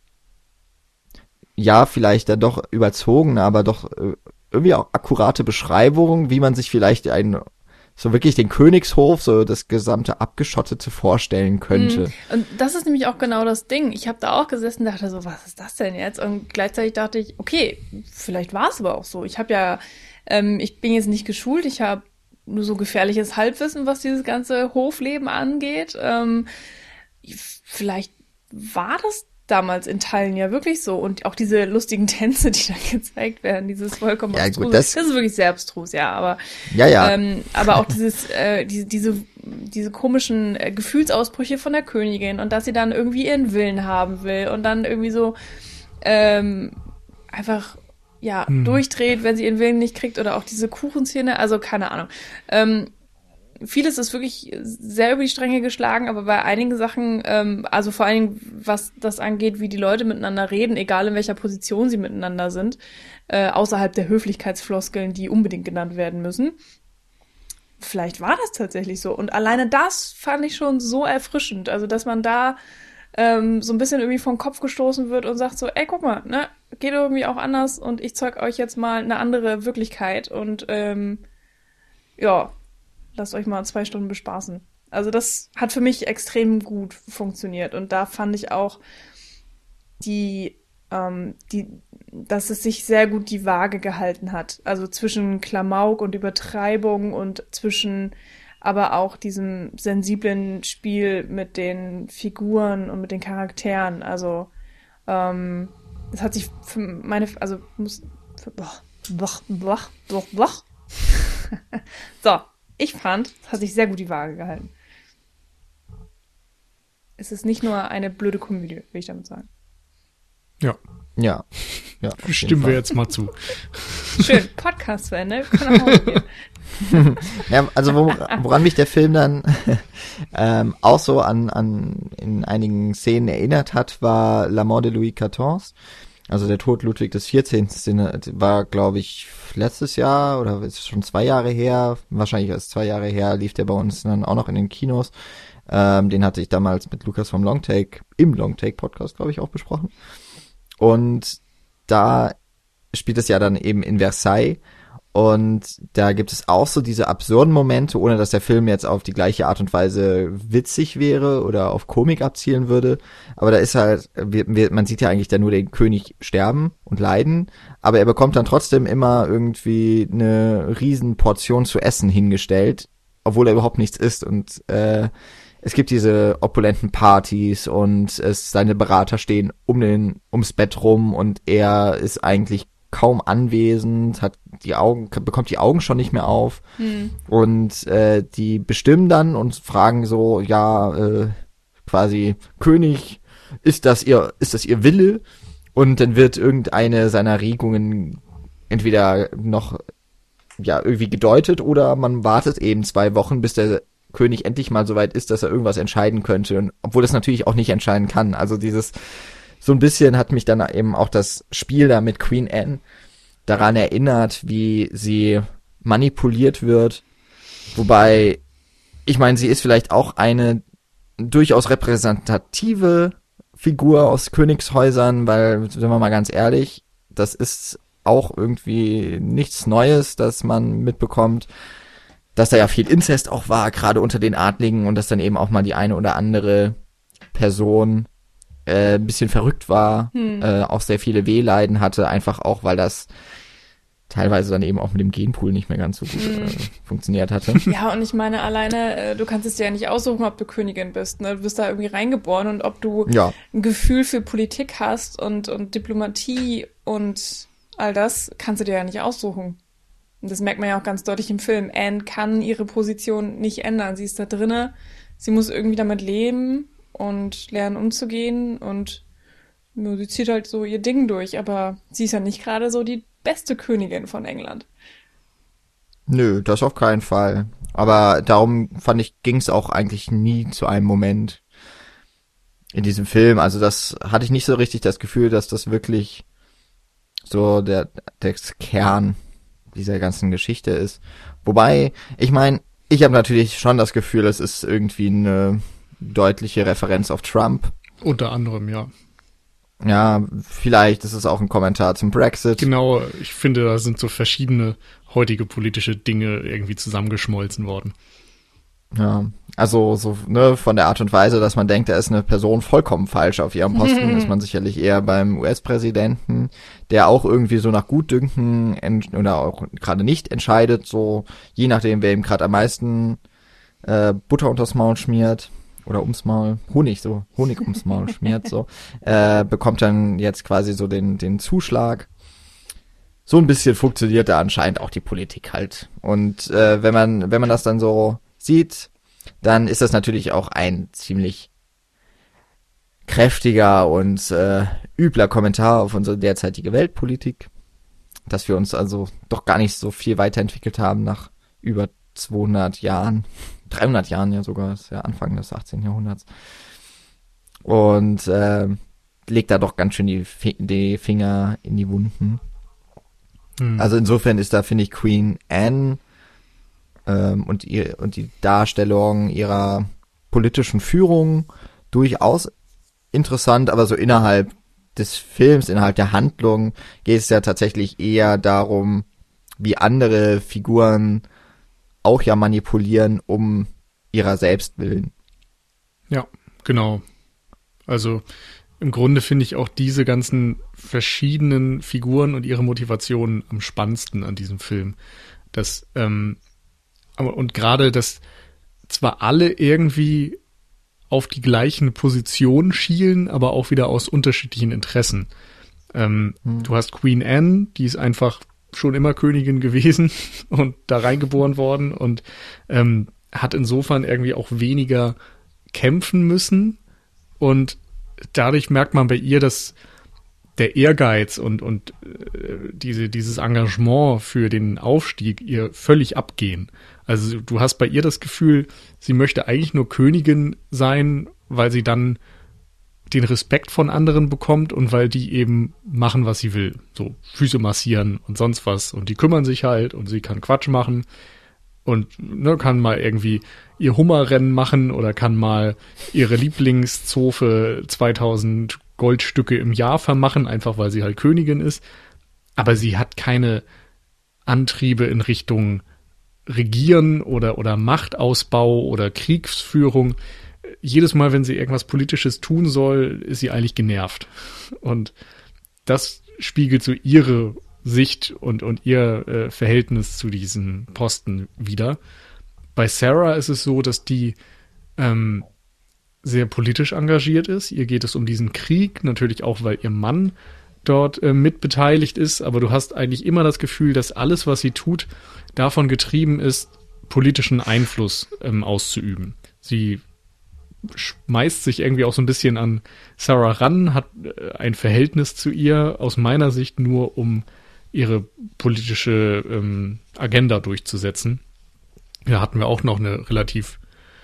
ja, vielleicht dann doch überzogene, aber doch äh, irgendwie auch akkurate Beschreibung, wie man sich vielleicht ein so wirklich den Königshof, so das gesamte Abgeschottete vorstellen könnte. Mm. Und das ist nämlich auch genau das Ding. Ich habe da auch gesessen und dachte so, was ist das denn jetzt? Und gleichzeitig dachte ich, okay, vielleicht war es aber auch so. Ich habe ja, ähm, ich bin jetzt nicht geschult, ich habe nur so gefährliches Halbwissen, was dieses ganze Hofleben angeht. Ähm, vielleicht war das damals in Teilen ja wirklich so. Und auch diese lustigen Tänze, die da gezeigt werden, dieses vollkommen ja, abstrus. gut, das, das ist wirklich sehr abstrus, ja. Aber, ja, ja. Ähm, aber auch dieses, äh, diese, diese, diese komischen äh, Gefühlsausbrüche von der Königin und dass sie dann irgendwie ihren Willen haben will und dann irgendwie so ähm, einfach ja hm. durchdreht, wenn sie ihren Willen nicht kriegt, oder auch diese Kuchenszene, also keine Ahnung. Ähm, Vieles ist wirklich sehr über die Stränge geschlagen, aber bei einigen Sachen, ähm, also vor allen Dingen, was das angeht, wie die Leute miteinander reden, egal in welcher Position sie miteinander sind, äh, außerhalb der Höflichkeitsfloskeln, die unbedingt genannt werden müssen. Vielleicht war das tatsächlich so. Und alleine das fand ich schon so erfrischend. Also, dass man da ähm, so ein bisschen irgendwie vom Kopf gestoßen wird und sagt so, ey, guck mal, ne, geht irgendwie auch anders und ich zeig euch jetzt mal eine andere Wirklichkeit und ähm, ja, lasst euch mal zwei Stunden bespaßen. Also das hat für mich extrem gut funktioniert. Und da fand ich auch die, ähm, die, dass es sich sehr gut die Waage gehalten hat. Also zwischen Klamauk und Übertreibung und zwischen aber auch diesem sensiblen Spiel mit den Figuren und mit den Charakteren. Also ähm, das hat sich für meine, also muss, für, boah, boah, boah, boah, boah. So. Ich fand, es hat sich sehr gut die Waage gehalten. Es ist nicht nur eine blöde Komödie, will ich damit sagen. Ja. Ja. ja Stimmen wir jetzt mal zu. Schön, Podcast zu Ende, wir können nach Hause gehen. Ja, also wo, woran mich der Film dann ähm, auch so an, an in einigen Szenen erinnert hat, war La Mort de Louis quatorze. Also der Tod Ludwig des vierzehnten. war, glaube ich, letztes Jahr oder ist schon zwei Jahre her, wahrscheinlich erst zwei Jahre her, lief der bei uns dann auch noch in den Kinos. Ähm, den hatte ich damals mit Lukas vom Longtake, im Longtake-Podcast, glaube ich, auch besprochen. Und da spielt es ja dann eben in Versailles. Und da gibt es auch so diese absurden Momente, ohne dass der Film jetzt auf die gleiche Art und Weise witzig wäre oder auf Komik abzielen würde. Aber da ist halt, wir, wir, man sieht ja eigentlich da nur den König sterben und leiden, aber er bekommt dann trotzdem immer irgendwie eine riesen Portion zu essen hingestellt, obwohl er überhaupt nichts isst. Und äh, es gibt diese opulenten Partys und es seine Berater stehen um den ums Bett rum und er ist eigentlich kaum anwesend, hat die Augen, bekommt die Augen schon nicht mehr auf. Hm. Und äh, die bestimmen dann und fragen so, ja, äh, quasi, König, ist das ihr, ist das ihr Wille? Und dann wird irgendeine seiner Regungen entweder noch ja irgendwie gedeutet oder man wartet eben zwei Wochen, bis der König endlich mal so weit ist, dass er irgendwas entscheiden könnte. Und obwohl das natürlich auch nicht entscheiden kann. Also dieses so ein bisschen hat mich dann eben auch das Spiel da mit Queen Anne daran erinnert, wie sie manipuliert wird. Wobei, ich meine, sie ist vielleicht auch eine durchaus repräsentative Figur aus Königshäusern, weil, sind wir mal ganz ehrlich, das ist auch irgendwie nichts Neues, dass man mitbekommt, dass da ja viel Inzest auch war, gerade unter den Adligen, und dass dann eben auch mal die eine oder andere Person äh, ein bisschen verrückt war, hm. äh, auch sehr viele Wehleiden hatte, einfach auch, weil das teilweise dann eben auch mit dem Genpool nicht mehr ganz so gut hm. äh, funktioniert hatte. Ja, und ich meine, alleine, äh, du kannst es dir ja nicht aussuchen, ob du Königin bist, ne? Du bist da irgendwie reingeboren, und ob du ja. ein Gefühl für Politik hast und, und Diplomatie und all das, kannst du dir ja nicht aussuchen. Und das merkt man ja auch ganz deutlich im Film. Anne kann ihre Position nicht ändern. Sie ist da drinne, sie muss irgendwie damit leben und lernen umzugehen, und ja, sie zieht halt so ihr Ding durch, aber sie ist ja nicht gerade so die beste Königin von England. Nö, das auf keinen Fall. Aber darum fand ich, ging es auch eigentlich nie zu einem Moment in diesem Film. Also das hatte ich nicht so richtig das Gefühl, dass das wirklich so der, der Kern dieser ganzen Geschichte ist. Wobei, ich meine, ich habe natürlich schon das Gefühl, es ist irgendwie eine deutliche Referenz auf Trump. Unter anderem, ja. Ja, vielleicht ist es auch ein Kommentar zum Brexit. Genau, ich finde, da sind so verschiedene heutige politische Dinge irgendwie zusammengeschmolzen worden. Ja, also so ne von der Art und Weise, dass man denkt, er ist eine Person vollkommen falsch auf ihrem Posten, ist man sicherlich eher beim U S-Präsidenten, der auch irgendwie so nach Gutdünken ent- oder auch gerade nicht entscheidet, so je nachdem, wer ihm gerade am meisten äh, Butter unters Maul schmiert oder ums Maul, Honig so, Honig ums Maul schmiert, so, äh, bekommt dann jetzt quasi so den den Zuschlag. So ein bisschen funktioniert da anscheinend auch die Politik halt. Und äh, wenn man wenn man das dann so sieht, dann ist das natürlich auch ein ziemlich kräftiger und äh, übler Kommentar auf unsere derzeitige Weltpolitik, dass wir uns also doch gar nicht so viel weiterentwickelt haben nach über zweihundert Jahren, dreihundert Jahren ja sogar, das ist ja Anfang des achtzehnten Jahrhunderts. Und äh, legt da doch ganz schön die, Fi- die Finger in die Wunden. Hm. Also insofern ist da, finde ich, Queen Anne ähm, und ihr und die Darstellung ihrer politischen Führung durchaus interessant, aber so innerhalb des Films, innerhalb der Handlung geht es ja tatsächlich eher darum, wie andere Figuren auch ja manipulieren, um ihrer selbst willen. Ja, genau. Also im Grunde finde ich auch diese ganzen verschiedenen Figuren und ihre Motivationen am spannendsten an diesem Film. Das, ähm, aber und gerade, dass zwar alle irgendwie auf die gleichen Positionen schielen, aber auch wieder aus unterschiedlichen Interessen. Ähm, hm. Du hast Queen Anne, die ist einfach schon immer Königin gewesen und da reingeboren worden und ähm, hat insofern irgendwie auch weniger kämpfen müssen und dadurch merkt man bei ihr, dass der Ehrgeiz und und äh, diese dieses Engagement für den Aufstieg ihr völlig abgehen. Also du hast bei ihr das Gefühl, sie möchte eigentlich nur Königin sein, weil sie dann den Respekt von anderen bekommt und weil die eben machen, was sie will. So Füße massieren und sonst was. Und die kümmern sich halt und sie kann Quatsch machen und ne, kann mal irgendwie ihr Hummerrennen machen oder kann mal ihre Lieblingszofe zweitausend Goldstücke im Jahr vermachen, einfach weil sie halt Königin ist. Aber sie hat keine Antriebe in Richtung Regieren oder, oder Machtausbau oder Kriegsführung. Jedes Mal, wenn sie irgendwas Politisches tun soll, ist sie eigentlich genervt. Und das spiegelt so ihre Sicht und, und ihr äh, Verhältnis zu diesem Posten wider. Bei Sarah ist es so, dass die ähm, sehr politisch engagiert ist. Ihr geht es um diesen Krieg, natürlich auch, weil ihr Mann dort äh, mitbeteiligt ist. Aber du hast eigentlich immer das Gefühl, dass alles, was sie tut, davon getrieben ist, politischen Einfluss ähm, auszuüben. Sie schmeißt sich irgendwie auch so ein bisschen an Sarah ran, hat äh, ein Verhältnis zu ihr, aus meiner Sicht nur, um ihre politische ähm, Agenda durchzusetzen. Da hatten wir auch noch eine relativ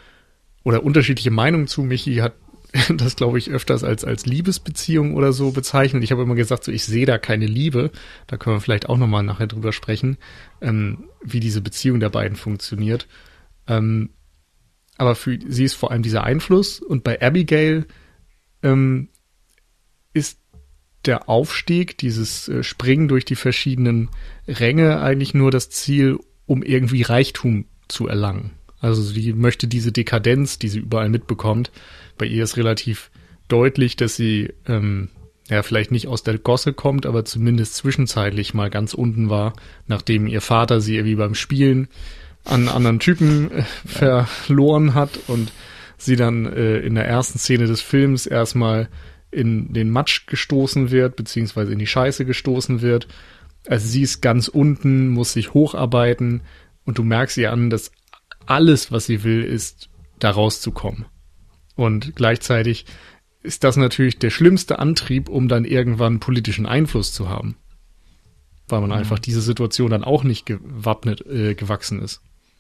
oder unterschiedliche Meinung zu. Michi hat das, glaube ich, öfters als als Liebesbeziehung oder so bezeichnet. Ich habe immer gesagt, so ich sehe da keine Liebe. Da können wir vielleicht auch nochmal nachher drüber sprechen, ähm, wie diese Beziehung der beiden funktioniert. Ähm, aber für sie ist vor allem dieser Einfluss. Und bei Abigail ähm, ist der Aufstieg, dieses äh, Springen durch die verschiedenen Ränge eigentlich nur das Ziel, um irgendwie Reichtum zu erlangen. Also sie möchte diese Dekadenz, die sie überall mitbekommt. Bei ihr ist relativ deutlich, dass sie ähm, ja vielleicht nicht aus der Gosse kommt, aber zumindest zwischenzeitlich mal ganz unten war, nachdem ihr Vater sie irgendwie beim Spielen an anderen Typen äh, verloren hat und sie dann äh, in der ersten Szene des Films erstmal in den Matsch gestoßen wird, beziehungsweise in die Scheiße gestoßen wird. Also sie ist ganz unten, muss sich hocharbeiten und du merkst ihr an, dass alles, was sie will, ist, da rauszukommen. Und gleichzeitig ist das natürlich der schlimmste Antrieb, um dann irgendwann politischen Einfluss zu haben. weil man Mhm. einfach diese Situation dann auch nicht gewappnet, äh, gewachsen ist.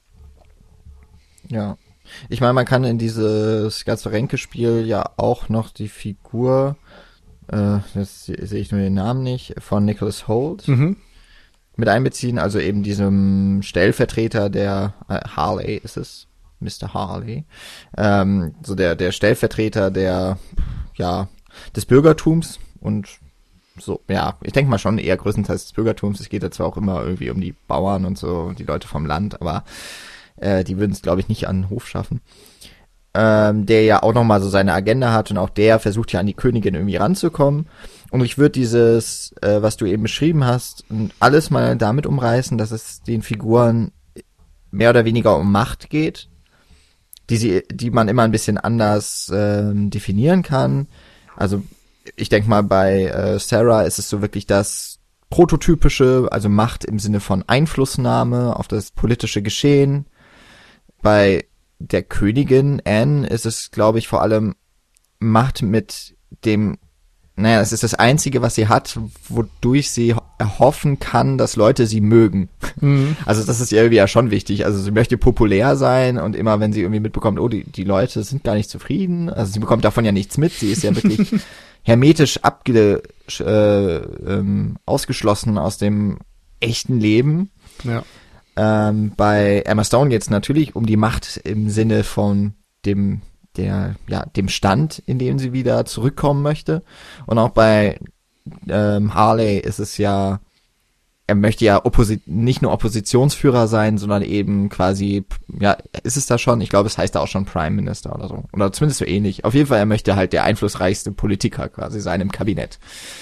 Ja. Ich meine, man kann in dieses ganze Ränkespiel ja auch noch die Figur, äh, jetzt sehe ich nur den Namen nicht, von Nicholas Hoult Mhm. mit einbeziehen, also eben diesem Stellvertreter der äh, Harley ist es, Mister Harley, ähm, so der der Stellvertreter der ja des Bürgertums und so, ja, ich denke mal schon eher größtenteils des Bürgertums. Es geht ja zwar auch immer irgendwie um die Bauern und so, die Leute vom Land, aber äh, die würden es, glaube ich, nicht an den Hof schaffen. Ähm, der ja auch nochmal so seine Agenda hat und auch der versucht ja an die Königin irgendwie ranzukommen. Und ich würde dieses, äh, was du eben beschrieben hast, alles mal damit umreißen, dass es den Figuren mehr oder weniger um Macht geht, die sie, die man immer ein bisschen anders ähm, definieren kann. Also ich denke mal, bei äh, Sarah ist es so wirklich das prototypische, also Macht im Sinne von Einflussnahme auf das politische Geschehen. Bei der Königin Anne ist es, glaube ich, vor allem Macht mit dem, naja, es ist das Einzige, was sie hat, wodurch sie erhoffen kann, dass Leute sie mögen. Mhm. Also das ist ihr irgendwie ja schon wichtig. Also sie möchte populär sein und immer, wenn sie irgendwie mitbekommt, oh, die, die Leute sind gar nicht zufrieden, also sie bekommt davon ja nichts mit, sie ist ja wirklich hermetisch abge, äh, ähm, ausgeschlossen aus dem echten Leben. Ja. Ähm, bei Emma Stone geht es natürlich um die Macht im Sinne von dem, der, ja, dem Stand, in dem sie wieder zurückkommen möchte. Und auch bei ähm, Harley ist es ja, er möchte ja Opposi- nicht nur Oppositionsführer sein, sondern eben quasi, ja, ist es da schon? Ich glaube, es heißt da auch schon Prime Minister oder so. Oder zumindest so ähnlich. Auf jeden Fall, er möchte halt der einflussreichste Politiker quasi sein im Kabinett.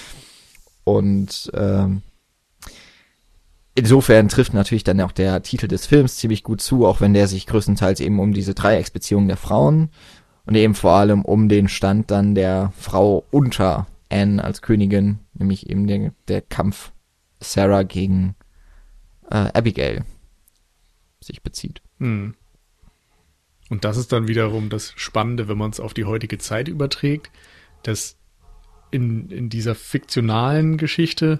Und ähm, insofern trifft natürlich dann auch der Titel des Films ziemlich gut zu, auch wenn der sich größtenteils eben um diese Dreiecksbeziehung der Frauen und eben vor allem um den Stand dann der Frau unter Anne als Königin, nämlich eben der, der Kampf Sarah gegen äh, Abigail sich bezieht. Mhm. Und das ist dann wiederum das Spannende, wenn man es auf die heutige Zeit überträgt, dass in, in dieser fiktionalen Geschichte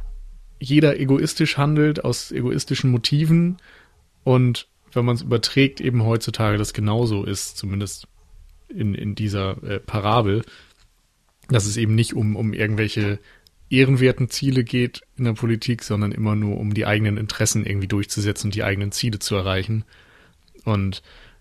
jeder egoistisch handelt, aus egoistischen Motiven, und wenn man es überträgt, eben heutzutage das genauso ist, zumindest in, in dieser äh, Parabel, dass es eben nicht um, um irgendwelche ehrenwerten Ziele geht in der Politik, sondern immer nur um die eigenen Interessen irgendwie durchzusetzen und die eigenen Ziele zu erreichen. Und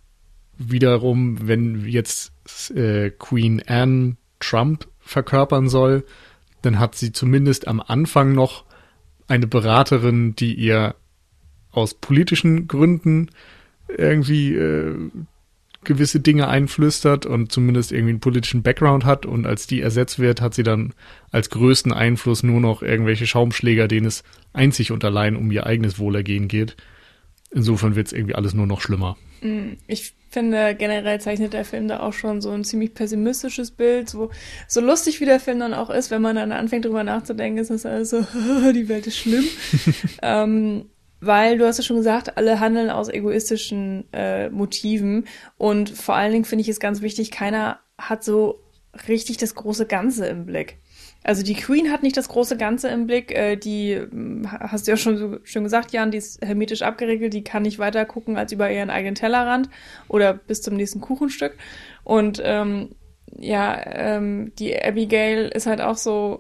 wiederum, wenn jetzt äh, Queen Anne Trump verkörpern soll, dann hat sie zumindest am Anfang noch eine Beraterin, die ihr aus politischen Gründen irgendwie äh, gewisse Dinge einflüstert und zumindest irgendwie einen politischen Background hat, und als die ersetzt wird, hat sie dann als größten Einfluss nur noch irgendwelche Schaumschläger, denen es einzig und allein um ihr eigenes Wohlergehen geht. Insofern wird es irgendwie alles nur noch schlimmer. Ich finde, generell zeichnet der Film da auch schon so ein ziemlich pessimistisches Bild, so, so lustig wie der Film dann auch ist, wenn man dann anfängt drüber nachzudenken, ist das alles so, die Welt ist schlimm. ähm, Weil, du hast ja schon gesagt, alle handeln aus egoistischen äh, Motiven, und vor allen Dingen finde ich es ganz wichtig, keiner hat so richtig das große Ganze im Blick. Also die Queen hat nicht das große Ganze im Blick, äh, die, hast du ja schon so schön gesagt, Jan, die ist hermetisch abgeregelt, die kann nicht weiter gucken als über ihren eigenen Tellerrand oder bis zum nächsten Kuchenstück. Und ähm, ja, ähm, die Abigail ist halt auch so,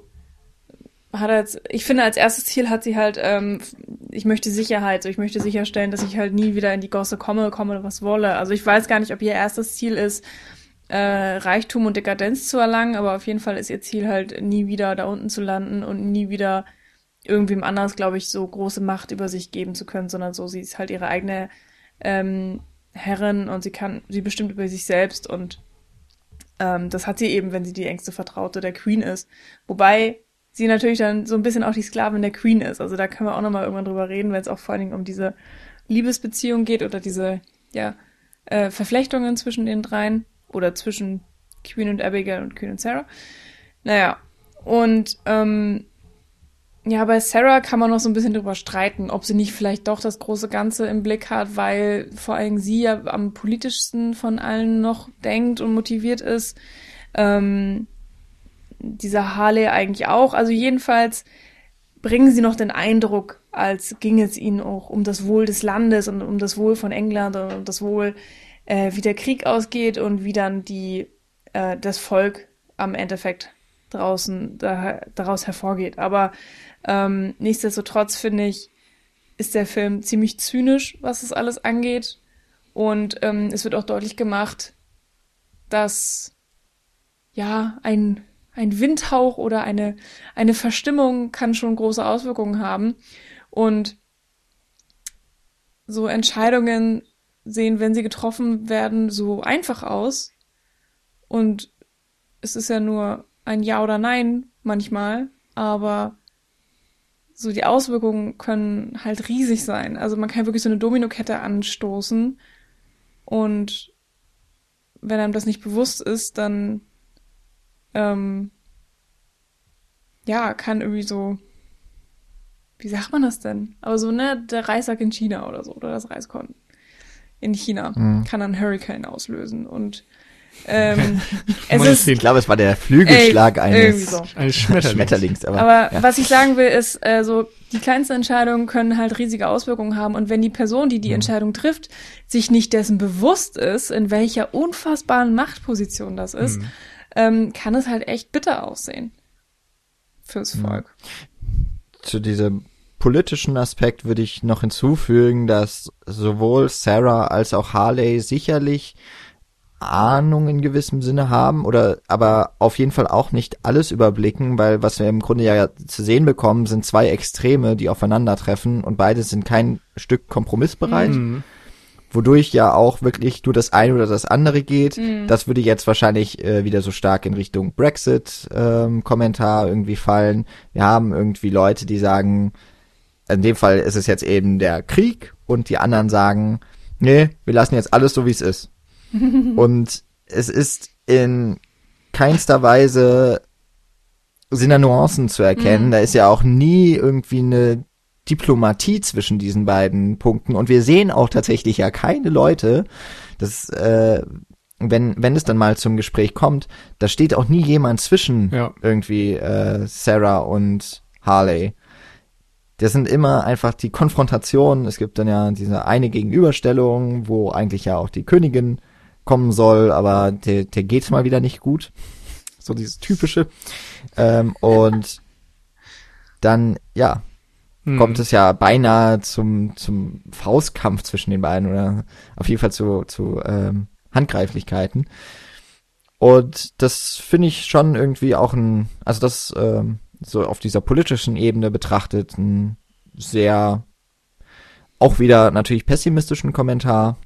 hat als, ich finde, als erstes Ziel hat sie halt, ähm, ich möchte Sicherheit, so ich möchte sicherstellen, dass ich halt nie wieder in die Gosse komme, komme, was wolle. Also ich weiß gar nicht, ob ihr erstes Ziel ist, äh, Reichtum und Dekadenz zu erlangen, aber auf jeden Fall ist ihr Ziel halt, nie wieder da unten zu landen und nie wieder irgendwem anders, glaube ich, so große Macht über sich geben zu können, sondern so, sie ist halt ihre eigene ähm, Herrin, und sie kann, sie bestimmt über sich selbst, und ähm, das hat sie eben, wenn sie die engste Vertraute der Queen ist. Wobei sie natürlich dann so ein bisschen auch die Sklavin der Queen ist. Also da können wir auch nochmal irgendwann drüber reden, wenn es auch vor allen Dingen um diese Liebesbeziehung geht oder diese, ja, äh, Verflechtungen zwischen den dreien oder zwischen Queen und Abigail und Queen und Sarah. Naja, und ähm, ja, bei Sarah kann man noch so ein bisschen drüber streiten, ob sie nicht vielleicht doch das große Ganze im Blick hat, weil vor allem sie ja am politischsten von allen noch denkt und motiviert ist. Ähm, dieser Harley eigentlich auch. Also jedenfalls bringen sie noch den Eindruck, als ging es ihnen auch um das Wohl des Landes und um das Wohl von England und um das Wohl, äh, wie der Krieg ausgeht und wie dann die äh, das Volk am Endeffekt draußen da, daraus hervorgeht. Aber ähm, nichtsdestotrotz finde ich, ist der Film ziemlich zynisch, was das alles angeht. Und ähm, es wird auch deutlich gemacht, dass ja ein ein Windhauch oder eine eine Verstimmung kann schon große Auswirkungen haben. Und so Entscheidungen sehen, wenn sie getroffen werden, so einfach aus. Und es ist ja nur ein Ja oder Nein manchmal, aber so die Auswirkungen können halt riesig sein. Also man kann wirklich so eine Dominokette anstoßen und wenn einem das nicht bewusst ist, dann ähm, ja, kann irgendwie so, wie sagt man das denn? Aber so, ne, der Reissack in China oder so, oder das Reiskorn in China mhm. kann dann Hurricane auslösen und ähm, es ist, ich glaube, es war der Flügelschlag ey, eines, so. eines Schmetterlings. Schmetterlings. Aber, aber ja. was ich sagen will, ist, äh, so die kleinsten Entscheidungen können halt riesige Auswirkungen haben. Und wenn die Person, die die mhm. Entscheidung trifft, sich nicht dessen bewusst ist, in welcher unfassbaren Machtposition das ist, mhm. ähm, kann es halt echt bitter aussehen fürs Volk. Zu diesem politischen Aspekt würde ich noch hinzufügen, dass sowohl Sarah als auch Harley sicherlich Ahnung in gewissem Sinne haben oder aber auf jeden Fall auch nicht alles überblicken, weil was wir im Grunde ja zu sehen bekommen, sind zwei Extreme, die aufeinandertreffen und beide sind kein Stück kompromissbereit, mhm. wodurch ja auch wirklich nur das eine oder das andere geht. Mhm. Das würde jetzt wahrscheinlich äh, wieder so stark in Richtung Brexit-Kommentar ähm, irgendwie fallen. Wir haben irgendwie Leute, die sagen, in dem Fall ist es jetzt eben der Krieg und die anderen sagen, nee, wir lassen jetzt alles so, wie es ist. Und es ist in keinster Weise sind da Nuancen zu erkennen. Mhm. Da ist ja auch nie irgendwie eine Diplomatie zwischen diesen beiden Punkten. Und wir sehen auch tatsächlich ja keine Leute, das, äh, wenn wenn es dann mal zum Gespräch kommt, da steht auch nie jemand zwischen ja. irgendwie äh, Sarah und Harley. Das sind immer einfach die Konfrontationen. Es gibt dann ja diese eine Gegenüberstellung, wo eigentlich ja auch die Königin kommen soll, aber der, der geht's mal wieder nicht gut. So dieses Typische. Ähm, und dann, ja, hm. kommt es ja beinahe zum zum Faustkampf zwischen den beiden oder auf jeden Fall zu, zu ähm, Handgreiflichkeiten. Und das finde ich schon irgendwie auch ein, also das ähm, so auf dieser politischen Ebene betrachtet, ein sehr, auch wieder natürlich pessimistischen Kommentar.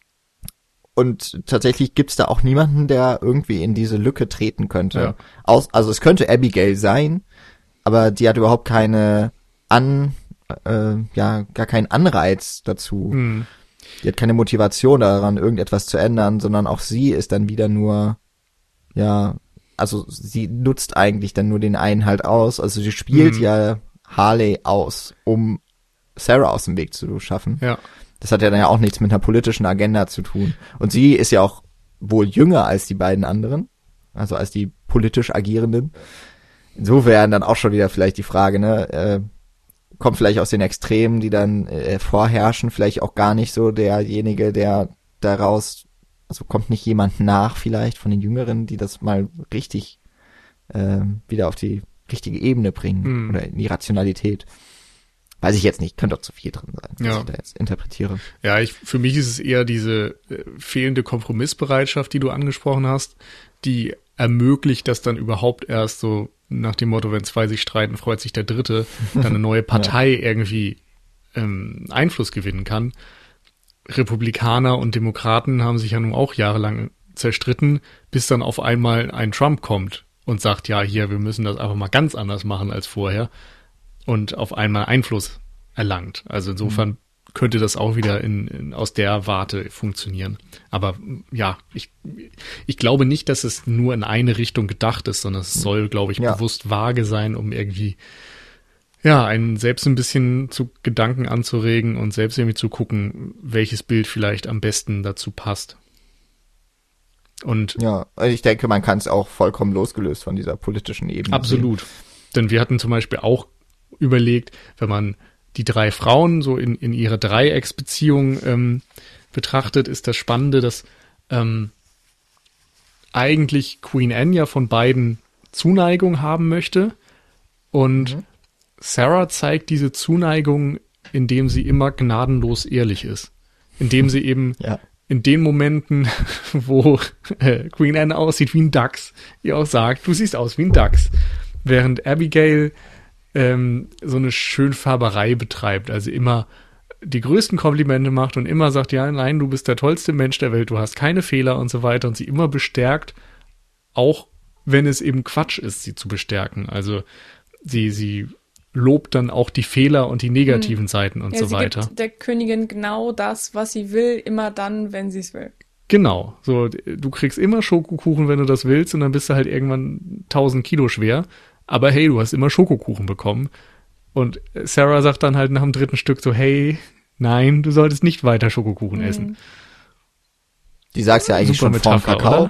Und tatsächlich gibt's da auch niemanden, der irgendwie in diese Lücke treten könnte. Ja. Aus, also es könnte Abigail sein, aber die hat überhaupt keine An, äh, ja, gar keinen Anreiz dazu. Hm. Die hat keine Motivation daran, irgendetwas zu ändern, sondern auch sie ist dann wieder nur, ja, also sie nutzt eigentlich dann nur den einen halt aus. Also sie spielt hm. ja Harley aus, um Sarah aus dem Weg zu schaffen. Ja. Das hat ja dann ja auch nichts mit einer politischen Agenda zu tun. Und sie ist ja auch wohl jünger als die beiden anderen, also als die politisch Agierenden. Insofern dann auch schon wieder vielleicht die Frage, ne, äh, kommt vielleicht aus den Extremen, die dann äh, vorherrschen, vielleicht auch gar nicht so derjenige, der daraus, also kommt nicht jemand nach vielleicht von den Jüngeren, die das mal richtig äh, wieder auf die richtige Ebene bringen hm. oder in die Rationalität. Weiß ich jetzt nicht, könnte auch zu viel drin sein, was ja. ich da jetzt interpretiere. Ja, ich, für mich ist es eher diese äh, fehlende Kompromissbereitschaft, die du angesprochen hast, die ermöglicht, dass dann überhaupt erst so nach dem Motto, wenn zwei sich streiten, freut sich der Dritte, dann eine neue Partei ja. irgendwie ähm, Einfluss gewinnen kann. Republikaner und Demokraten haben sich ja nun auch jahrelang zerstritten, bis dann auf einmal ein Trump kommt und sagt, ja, hier, wir müssen das einfach mal ganz anders machen als vorher. Und auf einmal Einfluss erlangt. Also insofern mhm. könnte das auch wieder in, in aus der Warte funktionieren. Aber ja, ich ich glaube nicht, dass es nur in eine Richtung gedacht ist, sondern es soll, glaube ich, ja. bewusst vage sein, um irgendwie ja einen selbst ein bisschen zu Gedanken anzuregen und selbst irgendwie zu gucken, welches Bild vielleicht am besten dazu passt. Und ja, ich denke, man kann es auch vollkommen losgelöst von dieser politischen Ebene absolut. sehen. Denn wir hatten zum Beispiel auch überlegt, wenn man die drei Frauen so in, in ihre Dreiecksbeziehung ähm, betrachtet, ist das Spannende, dass ähm, eigentlich Queen Anne ja von beiden Zuneigung haben möchte und mhm. Sarah zeigt diese Zuneigung, indem sie immer gnadenlos ehrlich ist. Indem sie eben ja. in den Momenten, wo äh, Queen Anne aussieht wie ein Dachs, ihr auch sagt, du siehst aus wie ein Dachs. Während Abigail ähm, so eine Schönfärberei betreibt, also immer die größten Komplimente macht und immer sagt, ja, nein, du bist der tollste Mensch der Welt, du hast keine Fehler und so weiter und sie immer bestärkt, auch wenn es eben Quatsch ist, sie zu bestärken. Also sie, sie lobt dann auch die Fehler und die negativen hm. Seiten und ja, so sie weiter. Gibt der Königin genau das, was sie will, immer dann, wenn sie es will. Genau, so du kriegst immer Schokokuchen, wenn du das willst und dann bist du halt irgendwann tausend Kilo schwer, aber hey, du hast immer Schokokuchen bekommen. Und Sarah sagt dann halt nach dem dritten Stück so, hey, nein, du solltest nicht weiter Schokokuchen hm. essen. Die sagt's ja eigentlich Super schon vorm Kakao.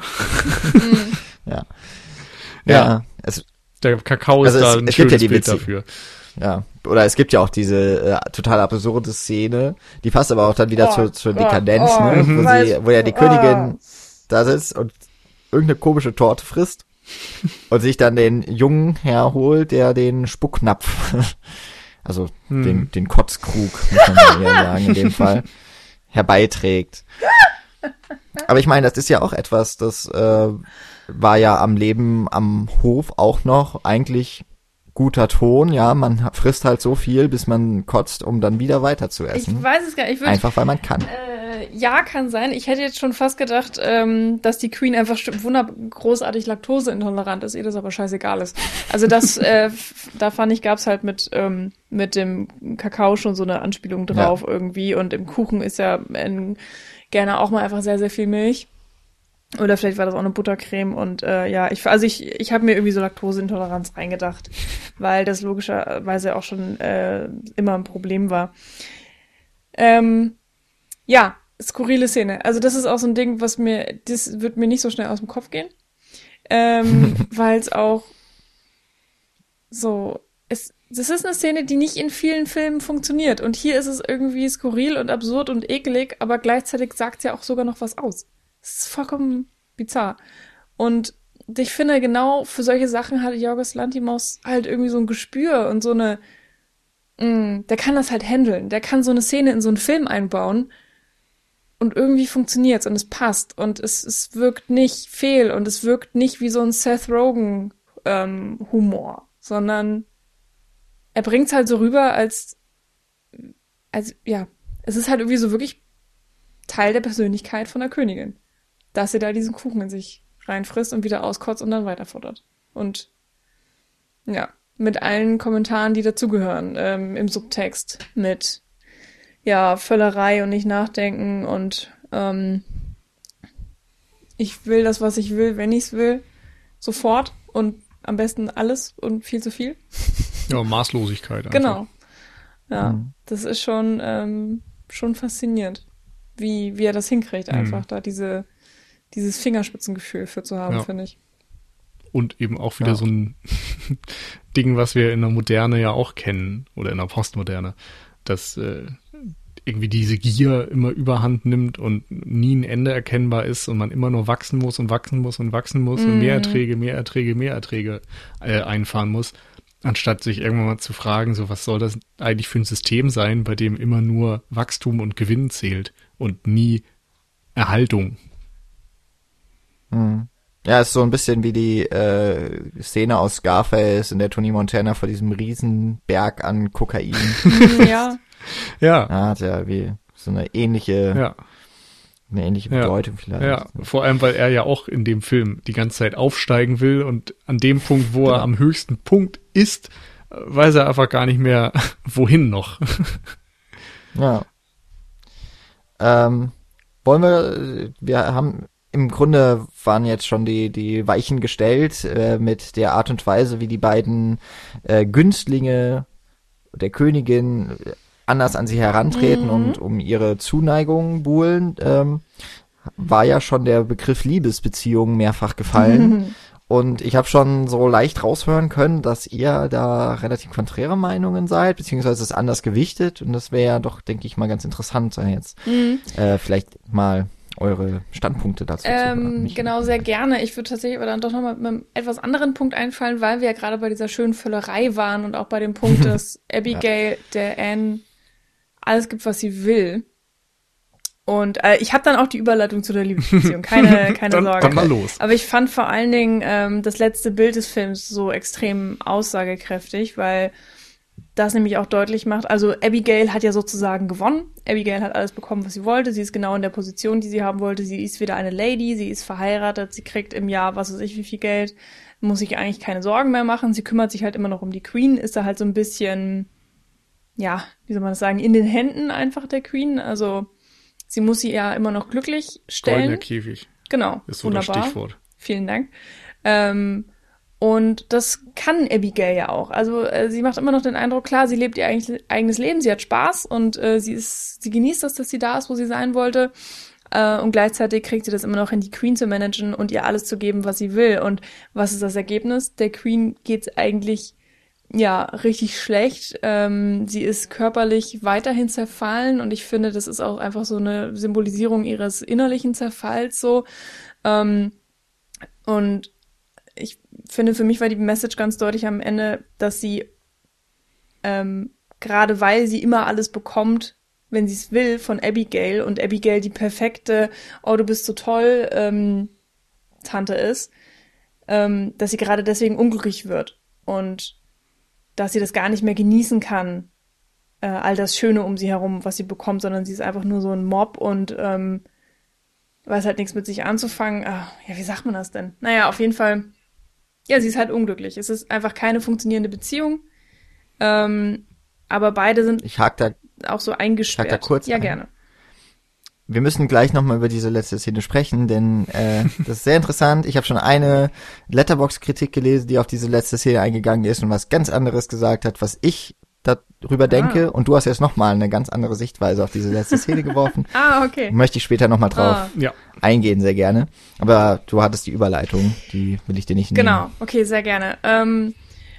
ja. Ja, ja es, der Kakao ist also da es, ein es schönes gibt ja die Bild dafür. Ja, oder es gibt ja auch diese äh, total absurde Szene, die passt aber auch dann wieder oh, zur, zur Dekadenz, oh, ne? wo, sie, wo ja die oh. Königin da sitzt und irgendeine komische Torte frisst und sich dann den Jungen herholt, der den Spucknapf, also hm. den, den Kotzkrug, muss man ja sagen in dem Fall, herbeiträgt. Aber ich meine, das ist ja auch etwas, das äh, war ja am Leben am Hof auch noch eigentlich guter Ton, ja, man frisst halt so viel, bis man kotzt, um dann wieder weiter zu essen. Ich weiß es gar nicht. Ich würd, einfach, weil man kann. Äh, ja, kann sein. Ich hätte jetzt schon fast gedacht, ähm, dass die Queen einfach wunderbar großartig laktoseintolerant ist, ihr das aber scheißegal ist. Also das, äh, da fand ich, gab's halt mit ähm, mit dem Kakao schon so eine Anspielung drauf ja. irgendwie und im Kuchen ist ja äh, gerne auch mal einfach sehr, sehr viel Milch. Oder vielleicht war das auch eine Buttercreme und äh, ja, ich also ich ich habe mir irgendwie so Laktoseintoleranz reingedacht, weil das logischerweise auch schon äh, immer ein Problem war. Ähm, ja, skurrile Szene. Also das ist auch so ein Ding, was mir, das wird mir nicht so schnell aus dem Kopf gehen, ähm, weil es auch so, es, das ist eine Szene, die nicht in vielen Filmen funktioniert und hier ist es irgendwie skurril und absurd und eklig, aber gleichzeitig sagt es ja auch sogar noch was aus. Das ist vollkommen bizarr. Und ich finde, genau für solche Sachen hat Yorgos Lanthimos halt irgendwie so ein Gespür und so eine, mh, der kann das halt handeln. Der kann so eine Szene in so einen Film einbauen und irgendwie funktioniert's und es passt und es, es wirkt nicht fehl und es wirkt nicht wie so ein Seth Rogen ähm, Humor, sondern er bringt's halt so rüber als, als, ja, es ist halt irgendwie so wirklich Teil der Persönlichkeit von der Königin. Dass sie da diesen Kuchen in sich reinfrisst und wieder auskotzt und dann weiterfuttert. Und ja, mit allen Kommentaren, die dazugehören, ähm, im Subtext, mit ja, Völlerei und nicht nachdenken und ähm, ich will das, was ich will, wenn ich's will, sofort und am besten alles und viel zu viel. Ja, Maßlosigkeit einfach. Genau. Ja, mhm. das ist schon, ähm, schon faszinierend, wie, wie er das hinkriegt, einfach mhm. da diese dieses Fingerspitzengefühl für zu haben, ja. finde ich. Und eben auch wieder ja. so ein Ding, was wir in der Moderne ja auch kennen, oder in der Postmoderne, dass äh, irgendwie diese Gier immer überhand nimmt und nie ein Ende erkennbar ist und man immer nur wachsen muss und wachsen muss und wachsen muss mm. und mehr Erträge, mehr Erträge, mehr Erträge äh, einfahren muss, anstatt sich irgendwann mal zu fragen, so was soll das eigentlich für ein System sein, bei dem immer nur Wachstum und Gewinn zählt und nie Erhaltung. Ja, ist so ein bisschen wie die äh, Szene aus Scarface, in der Tony Montana vor diesem Riesenberg an Kokain. ja. Ja. Ja, hat ja wie so eine ähnliche, ja. eine ähnliche Bedeutung ja. vielleicht. Ja, vor allem, weil er ja auch in dem Film die ganze Zeit aufsteigen will und an dem Punkt, wo genau. er am höchsten Punkt ist, weiß er einfach gar nicht mehr, wohin noch. Ja. Ähm, wollen wir, wir haben im Grunde waren jetzt schon die die Weichen gestellt äh, mit der Art und Weise, wie die beiden äh, Günstlinge der Königin anders an sie herantreten mhm. und um ihre Zuneigung buhlen. Ähm, war ja schon der Begriff Liebesbeziehung mehrfach gefallen. Mhm. Und ich habe schon so leicht raushören können, dass ihr da relativ konträre Meinungen seid, beziehungsweise es anders gewichtet. Und das wäre ja doch, denke ich mal, ganz interessant, jetzt mhm. äh, vielleicht mal eure Standpunkte dazu ähm, zu Genau, sehr gerne. Ich würde tatsächlich aber dann doch nochmal mit einem etwas anderen Punkt einfallen, weil wir ja gerade bei dieser schönen Völlerei waren und auch bei dem Punkt, dass Abigail ja. der Anne alles gibt, was sie will. Und äh, ich habe dann auch die Überleitung zu der Liebesbeziehung, keine, keine dann, Sorge. Dann mal los. Aber ich fand vor allen Dingen ähm, das letzte Bild des Films so extrem aussagekräftig, weil das nämlich auch deutlich macht, also Abigail hat ja sozusagen gewonnen. Abigail hat alles bekommen, was sie wollte. Sie ist genau in der Position, die sie haben wollte. Sie ist wieder eine Lady, sie ist verheiratet, sie kriegt im Jahr, was weiß ich, wie viel Geld, muss sich eigentlich keine Sorgen mehr machen. Sie kümmert sich halt immer noch um die Queen, ist da halt so ein bisschen, ja, wie soll man das sagen, in den Händen einfach der Queen. Also sie muss sie ja immer noch glücklich stellen. Goldener Käfig. Genau, ist so wunderbar. Das Stichwort. Vielen Dank. Ähm, Und das kann Abigail ja auch. Also äh, sie macht immer noch den Eindruck, klar, sie lebt ihr eigentlich, eigenes Leben, sie hat Spaß und äh, sie ist, sie genießt das, dass sie da ist, wo sie sein wollte. Äh, und gleichzeitig kriegt sie das immer noch hin, die Queen zu managen und ihr alles zu geben, was sie will. Und was ist das Ergebnis? Der Queen geht's eigentlich ja richtig schlecht. Ähm, sie ist körperlich weiterhin zerfallen und ich finde, das ist auch einfach so eine Symbolisierung ihres innerlichen Zerfalls so. Ähm, und ich finde, für mich war die Message ganz deutlich am Ende, dass sie, ähm, gerade weil sie immer alles bekommt, wenn sie es will, von Abigail und Abigail die perfekte, oh, du bist so toll, ähm, Tante ist, ähm, dass sie gerade deswegen unglücklich wird und dass sie das gar nicht mehr genießen kann, äh, all das Schöne um sie herum, was sie bekommt, sondern sie ist einfach nur so ein Mob und ähm, weiß halt nichts mit sich anzufangen. Ah, ja, wie sagt man das denn? Naja, auf jeden Fall. Ja, sie ist halt unglücklich. Es ist einfach keine funktionierende Beziehung. Ähm, aber beide sind ich hake da, auch so eingesperrt. Ich hake da kurz ja, ein. gerne. Wir müssen gleich nochmal über diese letzte Szene sprechen, denn äh, das ist sehr interessant. Ich habe schon eine Letterboxd-Kritik gelesen, die auf diese letzte Szene eingegangen ist und was ganz anderes gesagt hat, was ich darüber denke. Ah. Und du hast jetzt nochmal eine ganz andere Sichtweise auf diese letzte Szene geworfen. Ah, okay. Möchte ich später nochmal drauf Ah. Ja. eingehen, sehr gerne. Aber du hattest die Überleitung, die will ich dir nicht nehmen. Genau, okay, sehr gerne. Ähm,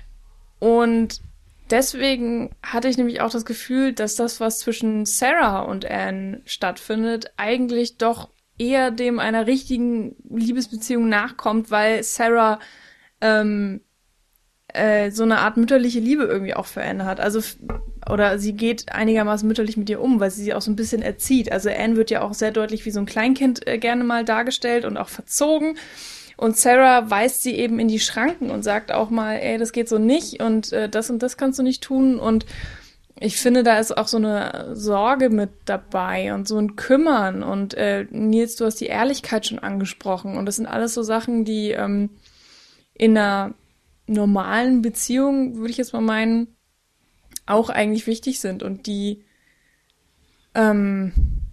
und deswegen hatte ich nämlich auch das Gefühl, dass das, was zwischen Sarah und Anne stattfindet, eigentlich doch eher dem einer richtigen Liebesbeziehung nachkommt, weil Sarah ähm, äh, so eine Art mütterliche Liebe irgendwie auch für Anne hat. Also, oder sie geht einigermaßen mütterlich mit ihr um, weil sie sie auch so ein bisschen erzieht. Also Anne wird ja auch sehr deutlich wie so ein Kleinkind äh, gerne mal dargestellt und auch verzogen. Und Sarah weist sie eben in die Schranken und sagt auch mal, ey, das geht so nicht und äh, das und das kannst du nicht tun. Und ich finde, da ist auch so eine Sorge mit dabei und so ein Kümmern. Und äh, Nils, du hast die Ehrlichkeit schon angesprochen. Und das sind alles so Sachen, die ähm, in einer normalen Beziehung, würde ich jetzt mal meinen, auch eigentlich wichtig sind und die ähm,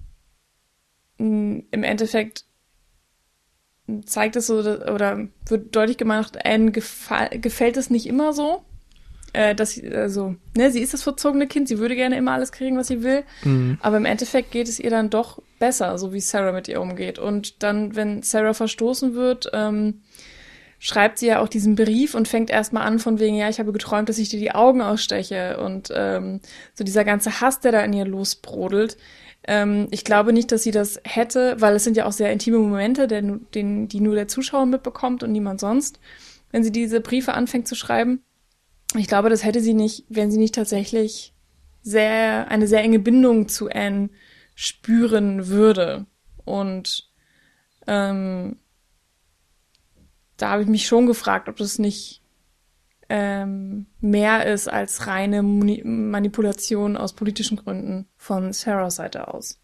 im Endeffekt zeigt es so, oder wird deutlich gemacht, Anne gefa- gefällt es nicht immer so, äh, dass sie, also, ne, sie ist das verzogene Kind, sie würde gerne immer alles kriegen, was sie will, mhm. aber im Endeffekt geht es ihr dann doch besser, so wie Sarah mit ihr umgeht. Und dann, wenn Sarah verstoßen wird, ähm, schreibt sie ja auch diesen Brief und fängt erstmal an von wegen, ja, ich habe geträumt, dass ich dir die Augen aussteche und ähm, so dieser ganze Hass, der da in ihr losbrodelt. Ähm, ich glaube nicht, dass sie das hätte, weil es sind ja auch sehr intime Momente, der, den, die nur der Zuschauer mitbekommt und niemand sonst, wenn sie diese Briefe anfängt zu schreiben. Ich glaube, das hätte sie nicht, wenn sie nicht tatsächlich sehr eine sehr enge Bindung zu Anne spüren würde. Und ähm, da habe ich mich schon gefragt, ob das nicht ähm, mehr ist als reine Muni- Manipulation aus politischen Gründen von Sarahs Seite aus.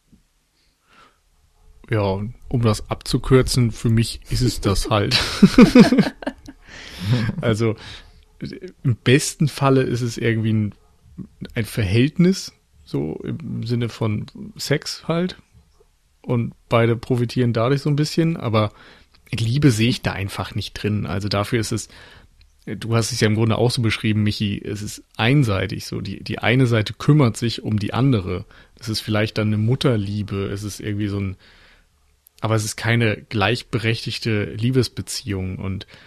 Ja, um das abzukürzen, für mich ist es das halt. Also im besten Falle ist es irgendwie ein, ein Verhältnis, so im Sinne von Sex halt. Und beide profitieren dadurch so ein bisschen, aber Liebe sehe ich da einfach nicht drin. Also dafür ist es, du hast es ja im Grunde auch so beschrieben, Michi, es ist einseitig so. Die, die eine Seite kümmert sich um die andere. Das ist vielleicht dann eine Mutterliebe, es ist irgendwie so ein, aber es ist keine gleichberechtigte Liebesbeziehung. Und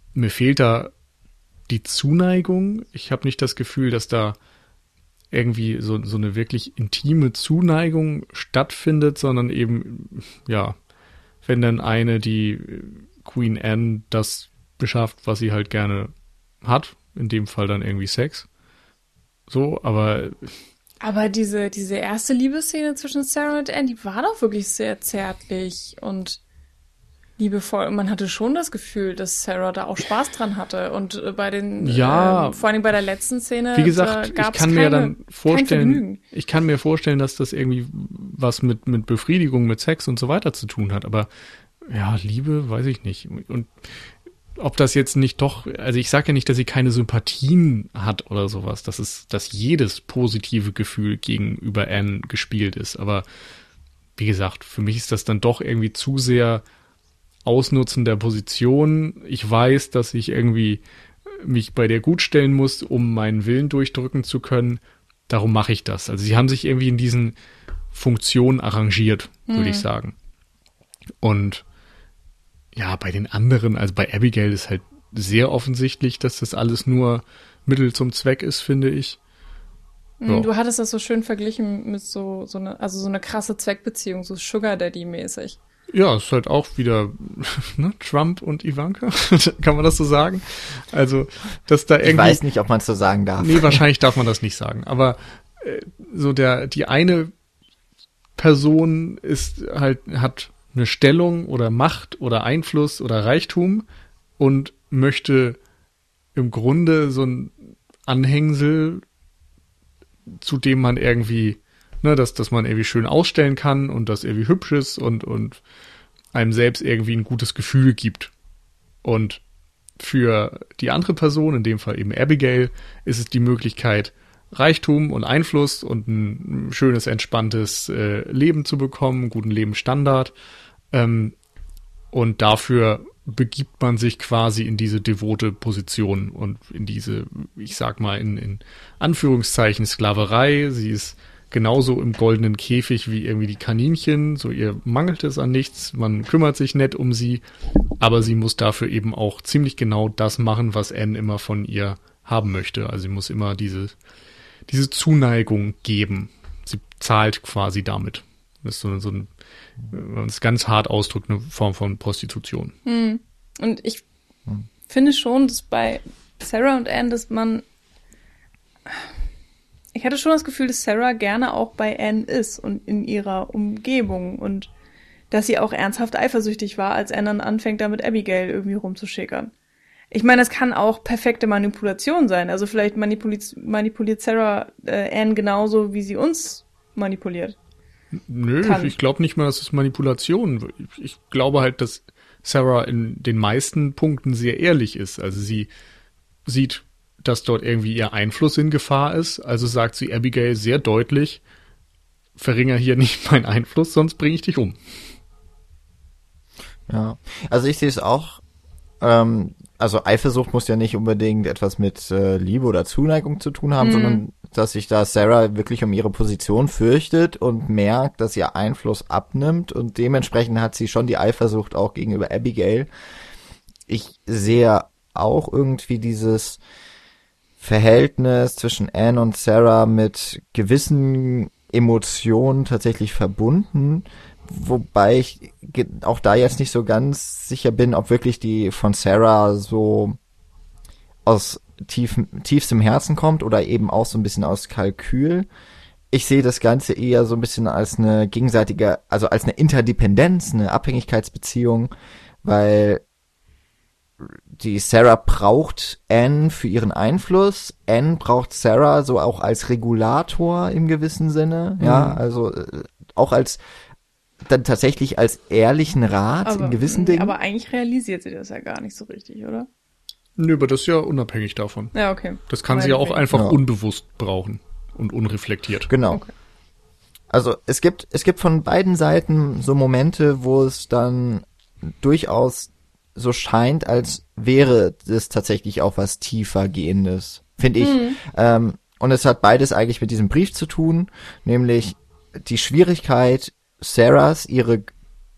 mir fehlt da die Zuneigung. Ich habe nicht das Gefühl, dass da irgendwie so, so eine wirklich intime Zuneigung stattfindet, sondern eben, ja, wenn dann eine, die Queen Anne, das beschafft, was sie halt gerne hat, in dem Fall dann irgendwie Sex. So, aber... Aber diese, diese erste Liebesszene zwischen Sarah und Anne, die war doch wirklich sehr zärtlich und liebevoll. Und man hatte schon das Gefühl, dass Sarah da auch Spaß dran hatte. Und bei den, ja, äh, vor allem bei der letzten Szene, wie gesagt, äh, ich kann mir dann vorstellen, ich kann mir vorstellen, dass das irgendwie was mit, mit Befriedigung, mit Sex und so weiter zu tun hat. Aber ja, Liebe, weiß ich nicht. Und ob das jetzt nicht doch, also ich sage ja nicht, dass sie keine Sympathien hat oder sowas, dass es, dass jedes positive Gefühl gegenüber Anne gespielt ist. Aber wie gesagt, für mich ist das dann doch irgendwie zu sehr Ausnutzen der Position. Ich weiß, dass ich irgendwie mich bei der gut stellen muss, um meinen Willen durchdrücken zu können. Darum mache ich das. Also sie haben sich irgendwie in diesen Funktionen arrangiert, würde hm. ich sagen. Und ja, bei den anderen, also bei Abigail ist halt sehr offensichtlich, dass das alles nur Mittel zum Zweck ist, finde ich. Ja. Du hattest das so schön verglichen mit so, so eine, also so eine krasse Zweckbeziehung, so Sugar Daddy-mäßig. Ja, ist halt auch wieder ne, Trump und Ivanka, kann man das so sagen? Also, dass da irgendwie... Ich weiß nicht, ob man es so sagen darf. Nee, wahrscheinlich darf man das nicht sagen. Aber äh, so der die eine Person ist halt, hat eine Stellung oder Macht oder Einfluss oder Reichtum und möchte im Grunde so ein Anhängsel, zu dem man irgendwie, ne, dass, dass man irgendwie schön ausstellen kann und das irgendwie hübsch ist und, und einem selbst irgendwie ein gutes Gefühl gibt. Und für die andere Person, in dem Fall eben Abigail, ist es die Möglichkeit, Reichtum und Einfluss und ein schönes, entspanntes äh, Leben zu bekommen, einen guten Lebensstandard. Ähm, und dafür begibt man sich quasi in diese devote Position und in diese, ich sag mal, in, in Anführungszeichen Sklaverei. Sie ist genauso im goldenen Käfig wie irgendwie die Kaninchen. So, ihr mangelt es an nichts, man kümmert sich nett um sie, aber sie muss dafür eben auch ziemlich genau das machen, was Anne immer von ihr haben möchte. Also sie muss immer diese diese Zuneigung geben. Sie zahlt quasi damit. Das ist so, so ein, wenn man es ganz hart ausdrückt, eine Form von Prostitution. Hm. Und ich hm. finde schon, dass bei Sarah und Anne, dass man, ich hatte schon das Gefühl, dass Sarah gerne auch bei Anne ist und in ihrer Umgebung und dass sie auch ernsthaft eifersüchtig war, als Anne dann anfängt, da mit Abigail irgendwie rumzuschickern. Ich meine, es kann auch perfekte Manipulation sein. Also vielleicht manipuliert, manipuliert Sarah äh, Anne genauso, wie sie uns manipuliert. Nö, kann. Ich glaube nicht mal, dass es Manipulation. Ich, ich glaube halt, dass Sarah in den meisten Punkten sehr ehrlich ist. Also sie sieht, dass dort irgendwie ihr Einfluss in Gefahr ist. Also sagt sie Abigail sehr deutlich, verringere hier nicht meinen Einfluss, sonst bringe ich dich um. Ja, also ich sehe es auch, ähm, also Eifersucht muss ja nicht unbedingt etwas mit äh, Liebe oder Zuneigung zu tun haben, mhm. sondern dass sich da Sarah wirklich um ihre Position fürchtet und merkt, dass ihr Einfluss abnimmt und dementsprechend hat sie schon die Eifersucht auch gegenüber Abigail. Ich sehe auch irgendwie dieses Verhältnis zwischen Anne und Sarah mit gewissen Emotionen tatsächlich verbunden, wobei ich auch da jetzt nicht so ganz sicher bin, ob wirklich die von Sarah so aus tief, tiefstem Herzen kommt oder eben auch so ein bisschen aus Kalkül. Ich sehe das Ganze eher so ein bisschen als eine gegenseitige, also als eine Interdependenz, eine Abhängigkeitsbeziehung, weil die Sarah braucht Anne für ihren Einfluss, Anne braucht Sarah so auch als Regulator im gewissen Sinne, mhm. ja, also äh, auch als dann tatsächlich als ehrlichen Rat aber, in gewissen Dingen. Aber eigentlich realisiert sie das ja gar nicht so richtig, oder? Nö, aber das ist ja unabhängig davon. Ja, okay. Das kann aber sie ja auch einfach ja. unbewusst brauchen und unreflektiert. Genau. Okay. Also es gibt es gibt von beiden Seiten so Momente, wo es dann durchaus so scheint, als wäre das tatsächlich auch was tiefer gehendes, finde ich. Mhm. Ähm, und es hat beides eigentlich mit diesem Brief zu tun, nämlich die Schwierigkeit Sarahs, ihre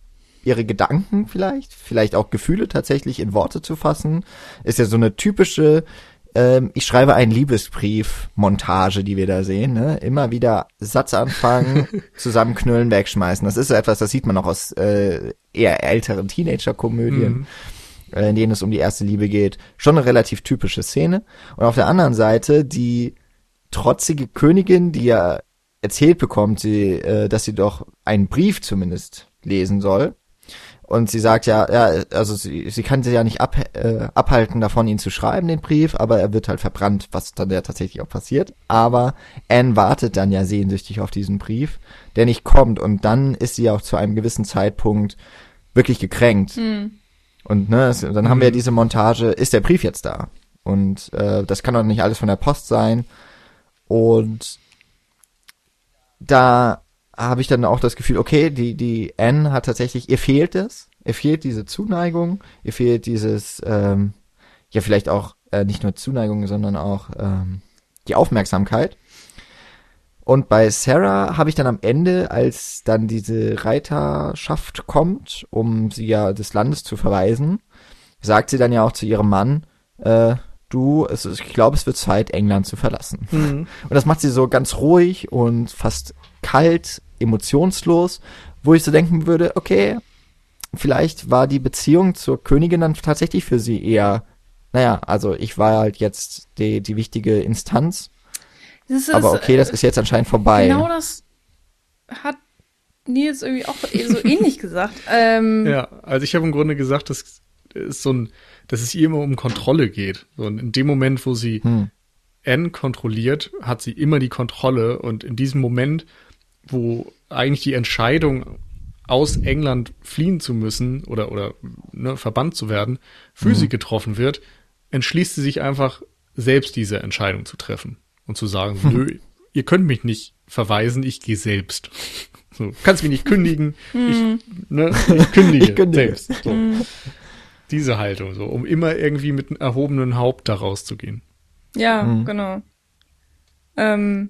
ihre Gedanken vielleicht, vielleicht auch Gefühle tatsächlich in Worte zu fassen. Ist ja so eine typische, ähm, ich schreibe einen Liebesbrief-Montage, die wir da sehen. Ne? Immer wieder Satz anfangen, zusammenknüllen, wegschmeißen. Das ist so etwas, das sieht man auch aus äh, eher älteren Teenager-Komödien, mhm. äh, in denen es um die erste Liebe geht. Schon eine relativ typische Szene. Und auf der anderen Seite die trotzige Königin, die ja erzählt bekommt, sie, äh, dass sie doch einen Brief zumindest lesen soll. Und sie sagt ja, ja, also sie, sie kann sie ja nicht ab, äh, abhalten davon, ihn zu schreiben, den Brief, aber er wird halt verbrannt, was dann ja tatsächlich auch passiert. Aber Anne wartet dann ja sehnsüchtig auf diesen Brief, der nicht kommt. Und dann ist sie auch zu einem gewissen Zeitpunkt wirklich gekränkt. Mhm. Und ne, es, dann haben wir ja diese Montage, ist der Brief jetzt da? Und äh, das kann doch nicht alles von der Post sein. Und da habe ich dann auch das Gefühl, okay, die die Anne hat tatsächlich, ihr fehlt es, ihr fehlt diese Zuneigung, ihr fehlt dieses, ähm, ja vielleicht auch äh, nicht nur Zuneigung, sondern auch ähm, die Aufmerksamkeit. Und bei Sarah habe ich dann am Ende, als dann diese Reiterschaft kommt, um sie ja des Landes zu verweisen, sagt sie dann ja auch zu ihrem Mann, äh, du, es ist, ich glaube, es wird Zeit, England zu verlassen. Mhm. Und das macht sie so ganz ruhig und fast kalt, emotionslos, wo ich so denken würde, okay, vielleicht war die Beziehung zur Königin dann tatsächlich für sie eher, naja, also ich war halt jetzt die, die wichtige Instanz, das ist, aber okay, das ist jetzt anscheinend vorbei. Genau das hat Nils irgendwie auch so ähnlich gesagt. Ähm, ja, also ich habe im Grunde gesagt, das ist so ein, dass es ihr immer um Kontrolle geht. So, und in dem Moment, wo sie hm. Anne kontrolliert, hat sie immer die Kontrolle. Und in diesem Moment, wo eigentlich die Entscheidung, aus England fliehen zu müssen oder oder ne, verbannt zu werden, für hm. sie getroffen wird, entschließt sie sich einfach, selbst diese Entscheidung zu treffen und zu sagen, hm. nö, ihr könnt mich nicht verweisen, ich gehe selbst. So, kannst mich nicht kündigen, hm. ich, ne, ich kündige, ich kündige. selbst. So. Hm. Diese Haltung, so, um immer irgendwie mit einem erhobenen Haupt da rauszugehen. Ja, mhm. genau. Ähm,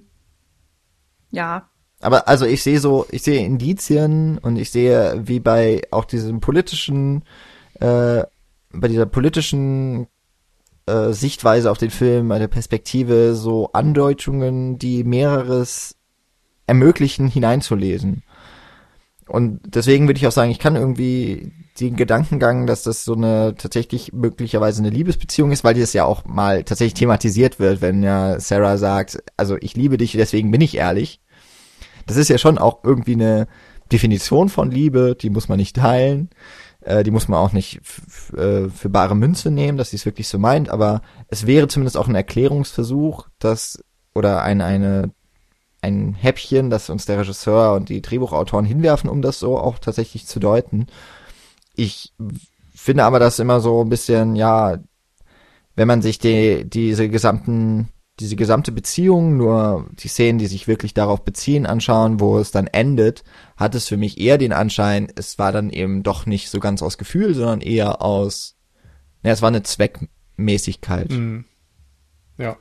ja. Aber also ich sehe so, ich sehe Indizien und ich sehe, wie bei auch diesem politischen, äh, bei dieser politischen äh, Sichtweise auf den Film, bei der Perspektive, so Andeutungen, die mehreres ermöglichen, hineinzulesen. Und deswegen würde ich auch sagen, ich kann irgendwie den Gedankengang, dass das so eine tatsächlich möglicherweise eine Liebesbeziehung ist, weil das ja auch mal tatsächlich thematisiert wird, wenn ja Sarah sagt, also ich liebe dich, deswegen bin ich ehrlich. Das ist ja schon auch irgendwie eine Definition von Liebe, die muss man nicht teilen, äh, die muss man auch nicht f- f- für bare Münze nehmen, dass sie es wirklich so meint, aber es wäre zumindest auch ein Erklärungsversuch, dass, oder eine, eine ein Häppchen, das uns der Regisseur und die Drehbuchautoren hinwerfen, um das so auch tatsächlich zu deuten. Ich finde aber das immer so ein bisschen, ja, wenn man sich die, diese gesamten, diese gesamte Beziehung, nur die Szenen, die sich wirklich darauf beziehen, anschauen, wo es dann endet, hat es für mich eher den Anschein, es war dann eben doch nicht so ganz aus Gefühl, sondern eher aus, ja, es war eine Zweckmäßigkeit. Mhm. Ja.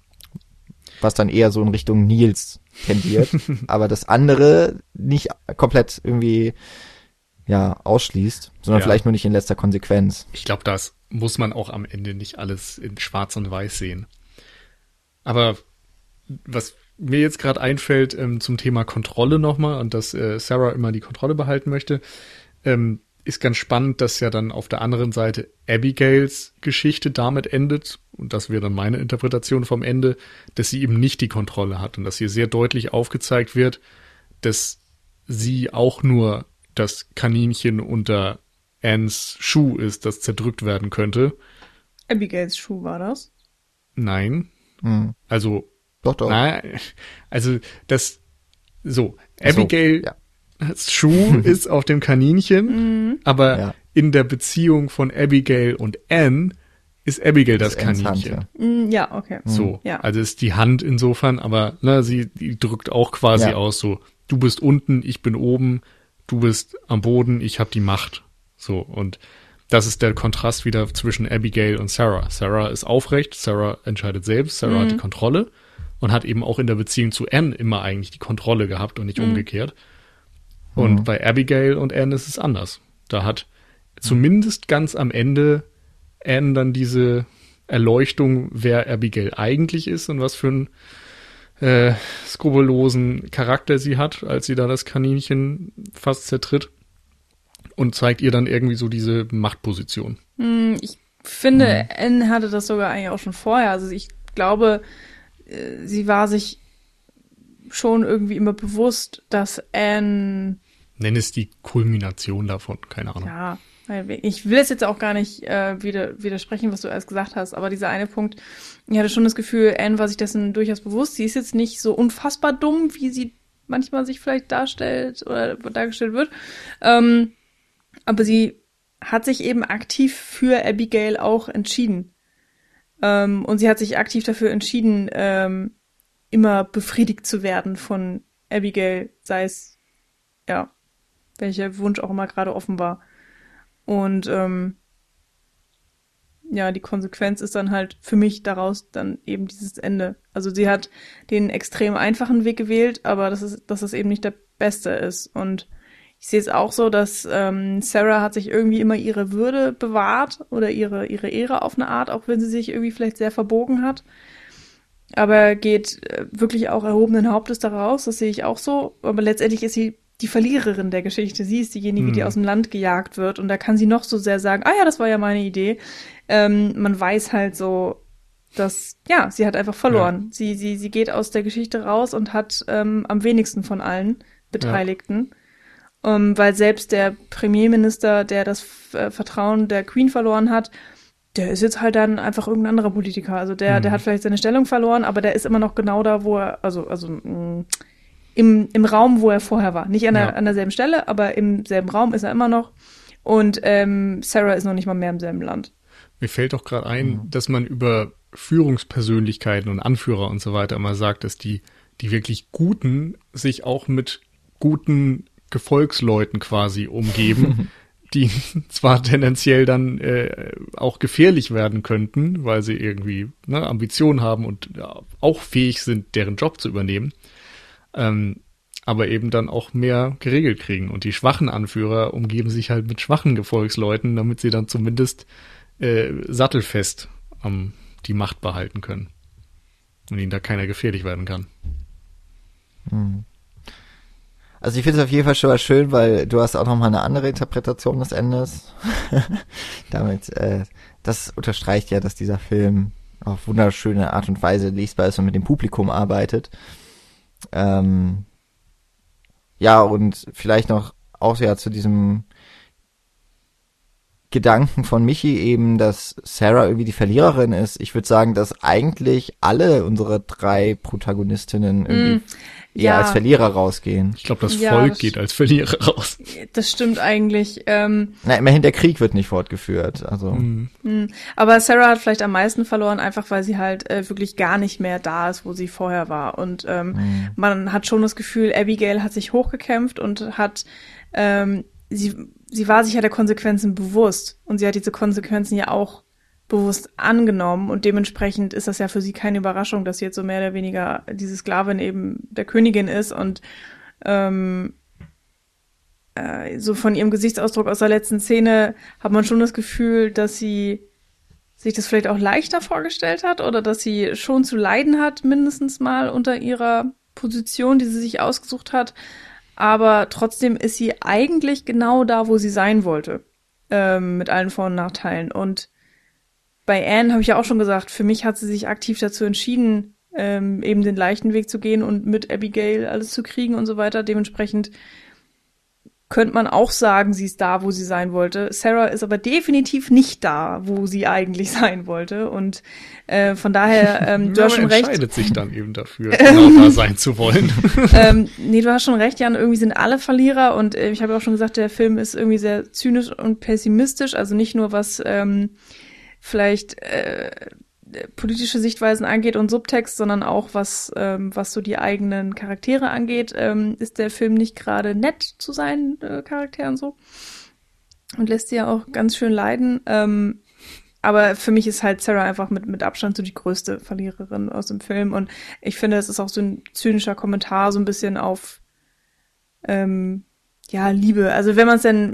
Was dann eher so in Richtung Nils tendiert, aber das andere nicht komplett irgendwie ja ausschließt, sondern ja. vielleicht nur nicht in letzter Konsequenz. Ich glaube, das muss man auch am Ende nicht alles in Schwarz und Weiß sehen. Aber was mir jetzt gerade einfällt ähm, zum Thema Kontrolle nochmal und dass äh, Sarah immer die Kontrolle behalten möchte, ähm, ist ganz spannend, dass ja dann auf der anderen Seite Abigails Geschichte damit endet, und das wäre dann meine Interpretation vom Ende, dass sie eben nicht die Kontrolle hat und dass hier sehr deutlich aufgezeigt wird, dass sie auch nur das Kaninchen unter Annes Schuh ist, das zerdrückt werden könnte. Abigails Schuh war das? Nein. Hm. Also, doch, doch. Na, also das, so, Abigail so, ja. Schuh ist auf dem Kaninchen, mhm. aber ja. in der Beziehung von Abigail und Anne ist Abigail das, das Kaninchen. Hand, ja. ja, okay. So, ja. also ist die Hand insofern, aber ne, sie die drückt auch quasi ja. aus, so, du bist unten, ich bin oben, du bist am Boden, ich habe die Macht. So, und das ist der Kontrast wieder zwischen Abigail und Sarah. Sarah ist aufrecht, Sarah entscheidet selbst, Sarah mhm. hat die Kontrolle und hat eben auch in der Beziehung zu Anne immer eigentlich die Kontrolle gehabt und nicht mhm. umgekehrt. Und mhm. bei Abigail und Anne ist es anders. Da hat zumindest ganz am Ende Anne dann diese Erleuchtung, wer Abigail eigentlich ist und was für einen äh, skrupellosen Charakter sie hat, als sie da das Kaninchen fast zertritt, und zeigt ihr dann irgendwie so diese Machtposition. Ich finde, mhm. Anne hatte das sogar eigentlich auch schon vorher. Also ich glaube, sie war sich schon irgendwie immer bewusst, dass Anne... Nenn es die Kulmination davon, keine Ahnung. Ja, ich will es jetzt auch gar nicht äh, wieder, widersprechen, was du erst gesagt hast, aber dieser eine Punkt, ich hatte schon das Gefühl, Anne war sich dessen durchaus bewusst. Sie ist jetzt nicht so unfassbar dumm, wie sie manchmal sich vielleicht darstellt oder dargestellt wird. Ähm, aber sie hat sich eben aktiv für Abigail auch entschieden. Ähm, und sie hat sich aktiv dafür entschieden, ähm, immer befriedigt zu werden von Abigail, sei es, ja, welcher Wunsch auch immer gerade offen war. Und ähm, ja, die Konsequenz ist dann halt für mich daraus dann eben dieses Ende. Also sie hat den extrem einfachen Weg gewählt, aber das ist, dass es eben nicht der beste ist. Und ich sehe es auch so, dass ähm, Sarah hat sich irgendwie immer ihre Würde bewahrt oder ihre ihre Ehre auf eine Art, auch wenn sie sich irgendwie vielleicht sehr verbogen hat. Aber geht äh, wirklich auch erhobenen Hauptes da raus, das sehe ich auch so. Aber letztendlich ist sie die Verliererin der Geschichte. Sie ist diejenige, hm. die aus dem Land gejagt wird. Und da kann sie noch so sehr sagen, ah ja, das war ja meine Idee. Ähm, man weiß halt so, dass, ja, sie hat einfach verloren. Ja. Sie, sie, sie geht aus der Geschichte raus und hat ähm, am wenigsten von allen Beteiligten. Ja. Um, weil selbst der Premierminister, der das äh, Vertrauen der Queen verloren hat, der ist jetzt halt dann einfach irgendein anderer Politiker. Also der, hm. der hat vielleicht seine Stellung verloren, aber der ist immer noch genau da, wo er, also, also, mh, Im, im Raum, wo er vorher war. Nicht an, der, ja. an derselben Stelle, aber im selben Raum ist er immer noch. Und ähm, Sarah ist noch nicht mal mehr im selben Land. Mir fällt doch gerade ein, mhm. dass man über Führungspersönlichkeiten und Anführer und so weiter immer sagt, dass die, die wirklich Guten sich auch mit guten Gefolgsleuten quasi umgeben, die zwar tendenziell dann äh, auch gefährlich werden könnten, weil sie irgendwie ne, Ambitionen haben und ja, auch fähig sind, deren Job zu übernehmen. Ähm, aber eben dann auch mehr geregelt kriegen. Und die schwachen Anführer umgeben sich halt mit schwachen Gefolgsleuten, damit sie dann zumindest äh, sattelfest ähm, die Macht behalten können. Und ihnen da keiner gefährlich werden kann. Hm. Also ich finde es auf jeden Fall schon mal schön, weil du hast auch nochmal eine andere Interpretation des Endes. Damit, äh, das unterstreicht ja, dass dieser Film auf wunderschöne Art und Weise lesbar ist und mit dem Publikum arbeitet. Ähm, ja, und vielleicht noch auch ja zu diesem Gedanken von Michi eben, dass Sarah irgendwie die Verliererin ist. Ich würde sagen, dass eigentlich alle unsere drei Protagonistinnen irgendwie mm, eher ja. als Verlierer rausgehen. Ich glaube, das ja, Volk das geht als Verlierer raus. Das stimmt eigentlich. Ähm, Na, immerhin der Krieg wird nicht fortgeführt. Also. Mm. Aber Sarah hat vielleicht am meisten verloren, einfach weil sie halt äh, wirklich gar nicht mehr da ist, wo sie vorher war. Und ähm, mm. man hat schon das Gefühl, Abigail hat sich hochgekämpft und hat ähm, sie sie war sich ja der Konsequenzen bewusst und sie hat diese Konsequenzen ja auch bewusst angenommen und dementsprechend ist das ja für sie keine Überraschung, dass sie jetzt so mehr oder weniger diese Sklavin eben der Königin ist und ähm, äh, so von ihrem Gesichtsausdruck aus der letzten Szene hat man schon das Gefühl, dass sie sich das vielleicht auch leichter vorgestellt hat oder dass sie schon zu leiden hat, mindestens mal unter ihrer Position, die sie sich ausgesucht hat. Aber trotzdem ist sie eigentlich genau da, wo sie sein wollte, ähm, mit allen Vor- und Nachteilen. Und bei Anne habe ich ja auch schon gesagt, für mich hat sie sich aktiv dazu entschieden, ähm, eben den leichten Weg zu gehen und mit Abigail alles zu kriegen und so weiter. Dementsprechend könnte man auch sagen, sie ist da, wo sie sein wollte. Sarah ist aber definitiv nicht da, wo sie eigentlich sein wollte. Und äh, von daher, ähm, du ja, hast schon recht. entscheidet sich dann eben dafür, genau da sein zu wollen. ähm, nee, du hast schon recht, Jan, irgendwie sind alle Verlierer. Und äh, ich habe auch schon gesagt, der Film ist irgendwie sehr zynisch und pessimistisch. Also nicht nur, was ähm, vielleicht äh, politische Sichtweisen angeht und Subtext, sondern auch was ähm, was so die eigenen Charaktere angeht, ähm, ist der Film nicht gerade nett zu seinen äh, Charakteren so und lässt sie ja auch ganz schön leiden. Ähm, aber für mich ist halt Sarah einfach mit mit Abstand so die größte Verliererin aus dem Film und ich finde, es ist auch so ein zynischer Kommentar so ein bisschen auf ähm, ja Liebe. Also wenn man es denn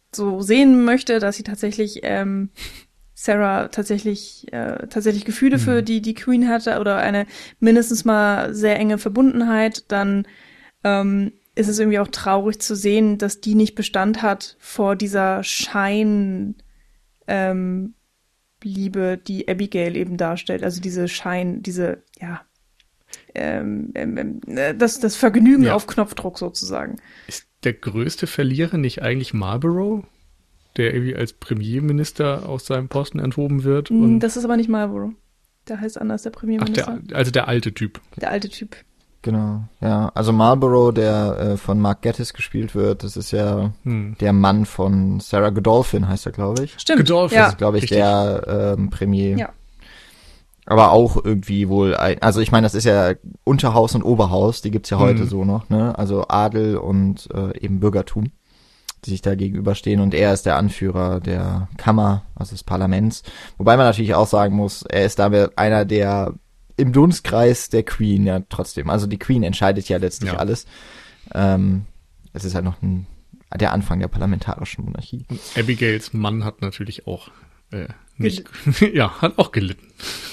so sehen möchte, dass sie tatsächlich ähm, Sarah tatsächlich äh, tatsächlich Gefühle mhm. für die die Queen hatte oder eine mindestens mal sehr enge Verbundenheit, dann ähm, ist es irgendwie auch traurig zu sehen, dass die nicht Bestand hat vor dieser Schein ähm, Liebe, die Abigail eben darstellt, also diese Schein, diese, ja, ähm, ähm, das, das Vergnügen ja. auf Knopfdruck sozusagen. Ist der größte Verlierer nicht eigentlich Marlborough, der irgendwie als Premierminister aus seinem Posten enthoben wird? Und das ist aber nicht Marlborough. Der heißt anders, der Premierminister. Ach, der, also der alte Typ. Der alte Typ. Genau, ja. Also Marlborough, der äh, von Mark Gatiss gespielt wird, das ist ja hm. der Mann von Sarah Godolphin, heißt er, glaube ich. Stimmt, Godolphin. ja. Das ist, glaube ich, Richtig. der ähm, Premier. Ja. Aber auch irgendwie wohl, ein, also ich meine, das ist ja Unterhaus und Oberhaus, die gibt's ja heute hm. so noch, ne? Also Adel und äh, eben Bürgertum, die sich da gegenüberstehen, und er ist der Anführer der Kammer, also des Parlaments. Wobei man natürlich auch sagen muss, er ist damit einer der im Dunstkreis der Queen, ja, trotzdem. Also die Queen entscheidet ja letztlich ja. alles. Ähm, es ist halt noch ein, der Anfang der parlamentarischen Monarchie. Und Abigails Mann hat natürlich auch äh, nicht, ja, hat auch gelitten.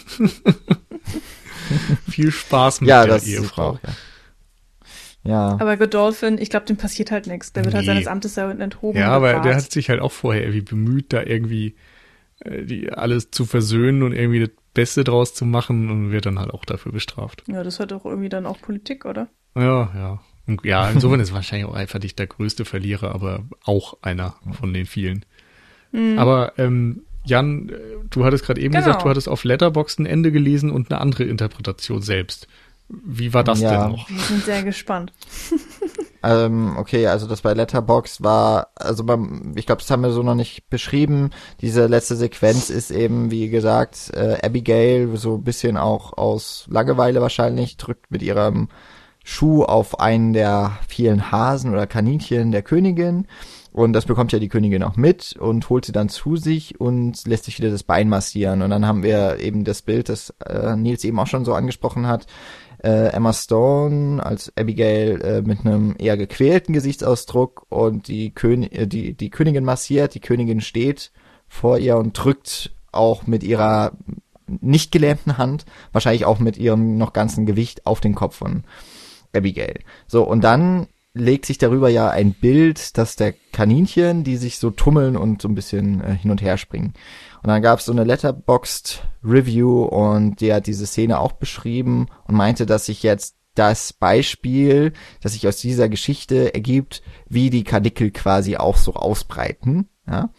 Viel Spaß mit ja, der das Ehefrau. Auch, ja. ja. Aber Godolphin, ich glaube, dem passiert halt nichts. Der wird halt Nee. seines Amtes da enthoben. Ja, und aber bewahrt. der hat sich halt auch vorher irgendwie bemüht, da irgendwie äh, die alles zu versöhnen und irgendwie das Beste draus zu machen, und wird dann halt auch dafür bestraft. Ja, das hat doch irgendwie dann auch Politik, oder? Ja, ja. Und ja, insofern ist wahrscheinlich auch einfach nicht der größte Verlierer, aber auch einer von den vielen. Mhm. Aber ähm, Jan, du hattest gerade eben Genau. gesagt, du hattest auf Letterboxd ein Ende gelesen und eine andere Interpretation selbst. Wie war das Ja. denn noch? Wir sind sehr gespannt. Ähm, okay, also das bei Letterboxd war, also beim, ich glaube, das haben wir so noch nicht beschrieben. Diese letzte Sequenz ist eben, wie gesagt, äh, Abigail, so ein bisschen auch aus Langeweile wahrscheinlich, drückt mit ihrem Schuh auf einen der vielen Hasen oder Kaninchen der Königin. Und das bekommt ja die Königin auch mit und holt sie dann zu sich und lässt sich wieder das Bein massieren. Und dann haben wir eben das Bild, das äh, Nils eben auch schon so angesprochen hat. Äh, Emma Stone als Abigail äh, mit einem eher gequälten Gesichtsausdruck, und die, Kön äh, die, die Königin massiert, die Königin steht vor ihr und drückt auch mit ihrer nicht gelähmten Hand, wahrscheinlich auch mit ihrem noch ganzen Gewicht, auf den Kopf von Abigail. So, und dann legt sich darüber ja ein Bild, das der Kaninchen, die sich so tummeln und so ein bisschen äh, hin und her springen. Und dann gab es so eine Letterboxd-Review, und die hat diese Szene auch beschrieben und meinte, dass sich jetzt das Beispiel, das sich aus dieser Geschichte ergibt, wie die Karnickel quasi auch so ausbreiten, ja.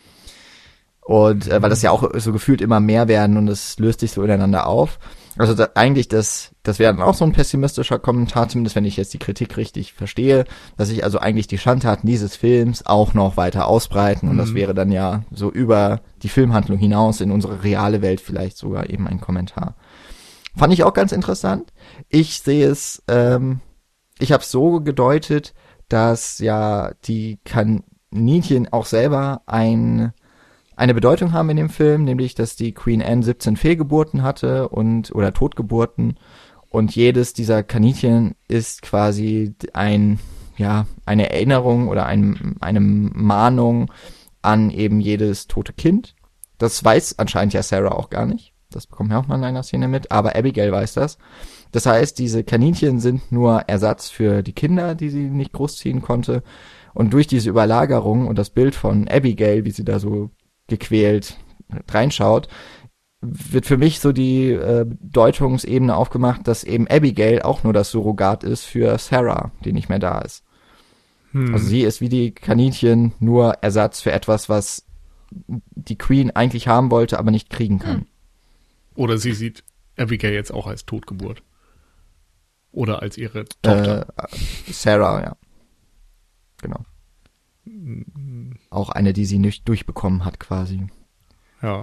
Und äh, weil das ja auch so gefühlt immer mehr werden und es löst sich so ineinander auf. Also da, eigentlich, das das wäre dann auch so ein pessimistischer Kommentar, zumindest wenn ich jetzt die Kritik richtig verstehe, dass sich also eigentlich die Schandtaten dieses Films auch noch weiter ausbreiten, und Mhm. das wäre dann ja so über die Filmhandlung hinaus in unsere reale Welt vielleicht sogar eben ein Kommentar. Fand ich auch ganz interessant. Ich sehe es, ähm, ich habe es so gedeutet, dass ja die Kaninchen auch selber ein eine Bedeutung haben in dem Film, nämlich, dass die Queen Anne siebzehn Fehlgeburten hatte und oder Totgeburten, und jedes dieser Kaninchen ist quasi ein ja eine Erinnerung oder ein, eine Mahnung an eben jedes tote Kind. Das weiß anscheinend ja Sarah auch gar nicht. Das bekommen wir auch mal in einer Szene mit, aber Abigail weiß das. Das heißt, diese Kaninchen sind nur Ersatz für die Kinder, die sie nicht großziehen konnte, und durch diese Überlagerung und das Bild von Abigail, wie sie da so gequält reinschaut, wird für mich so die äh, Deutungsebene aufgemacht, dass eben Abigail auch nur das Surrogat ist für Sarah, die nicht mehr da ist. Hm. Also sie ist wie die Kaninchen nur Ersatz für etwas, was die Queen eigentlich haben wollte, aber nicht kriegen kann. Oder sie sieht Abigail jetzt auch als Totgeburt. Oder als ihre Tochter. Äh, Sarah, ja. Genau. Auch eine, die sie nicht durchbekommen hat, quasi. Ja.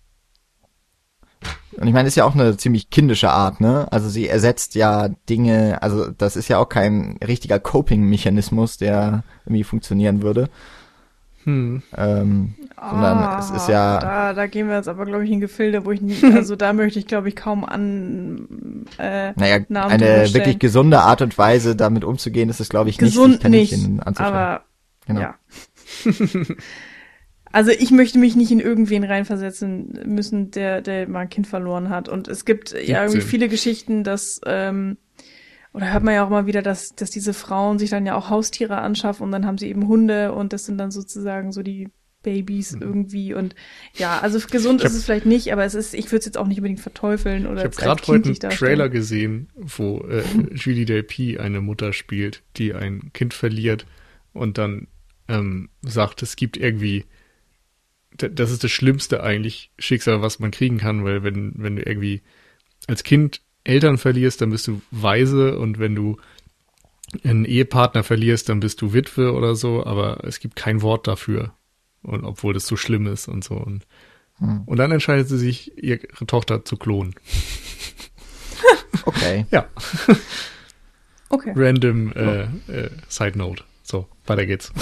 Und ich meine, das ist ja auch eine ziemlich kindische Art, ne? Also sie ersetzt ja Dinge, also das ist ja auch kein richtiger Coping-Mechanismus, der irgendwie funktionieren würde. Hm. Ähm, sondern Ah, es ist ja... Da, da gehen wir jetzt aber, glaube ich, in Gefilde, wo ich nie, also da möchte ich, glaube ich, kaum an äh, Naja, Namen eine drüber stellen. wirklich gesunde Art und Weise, damit umzugehen, ist es, glaube ich, nicht, Gesund sich Kaninchen nicht, anzuschauen. aber Genau. ja. Also ich möchte mich nicht in irgendwen reinversetzen müssen, der, der mal ein Kind verloren hat. Und es gibt ja irgendwie viele Geschichten, dass, ähm, oder hört man ja auch mal wieder, dass, dass diese Frauen sich dann ja auch Haustiere anschaffen und dann haben sie eben Hunde und das sind dann sozusagen so die Babys irgendwie und ja, also gesund hab, ist es vielleicht nicht, aber es ist, ich würde es jetzt auch nicht unbedingt verteufeln oder. Ich habe gerade heute einen Trailer gesehen, wo äh, Julie Delpy eine Mutter spielt, die ein Kind verliert und dann ähm, sagt, es gibt irgendwie, d- das ist das Schlimmste eigentlich Schicksal, was man kriegen kann, weil wenn wenn du irgendwie als Kind Eltern verlierst, dann bist du Waise und wenn du einen Ehepartner verlierst, dann bist du Witwe oder so, aber es gibt kein Wort dafür. Und obwohl das so schlimm ist und so. Und, hm. und dann entscheidet sie sich, ihre Tochter zu klonen. Okay. Ja. Okay. Random äh, äh, Side Note. So, weiter geht's.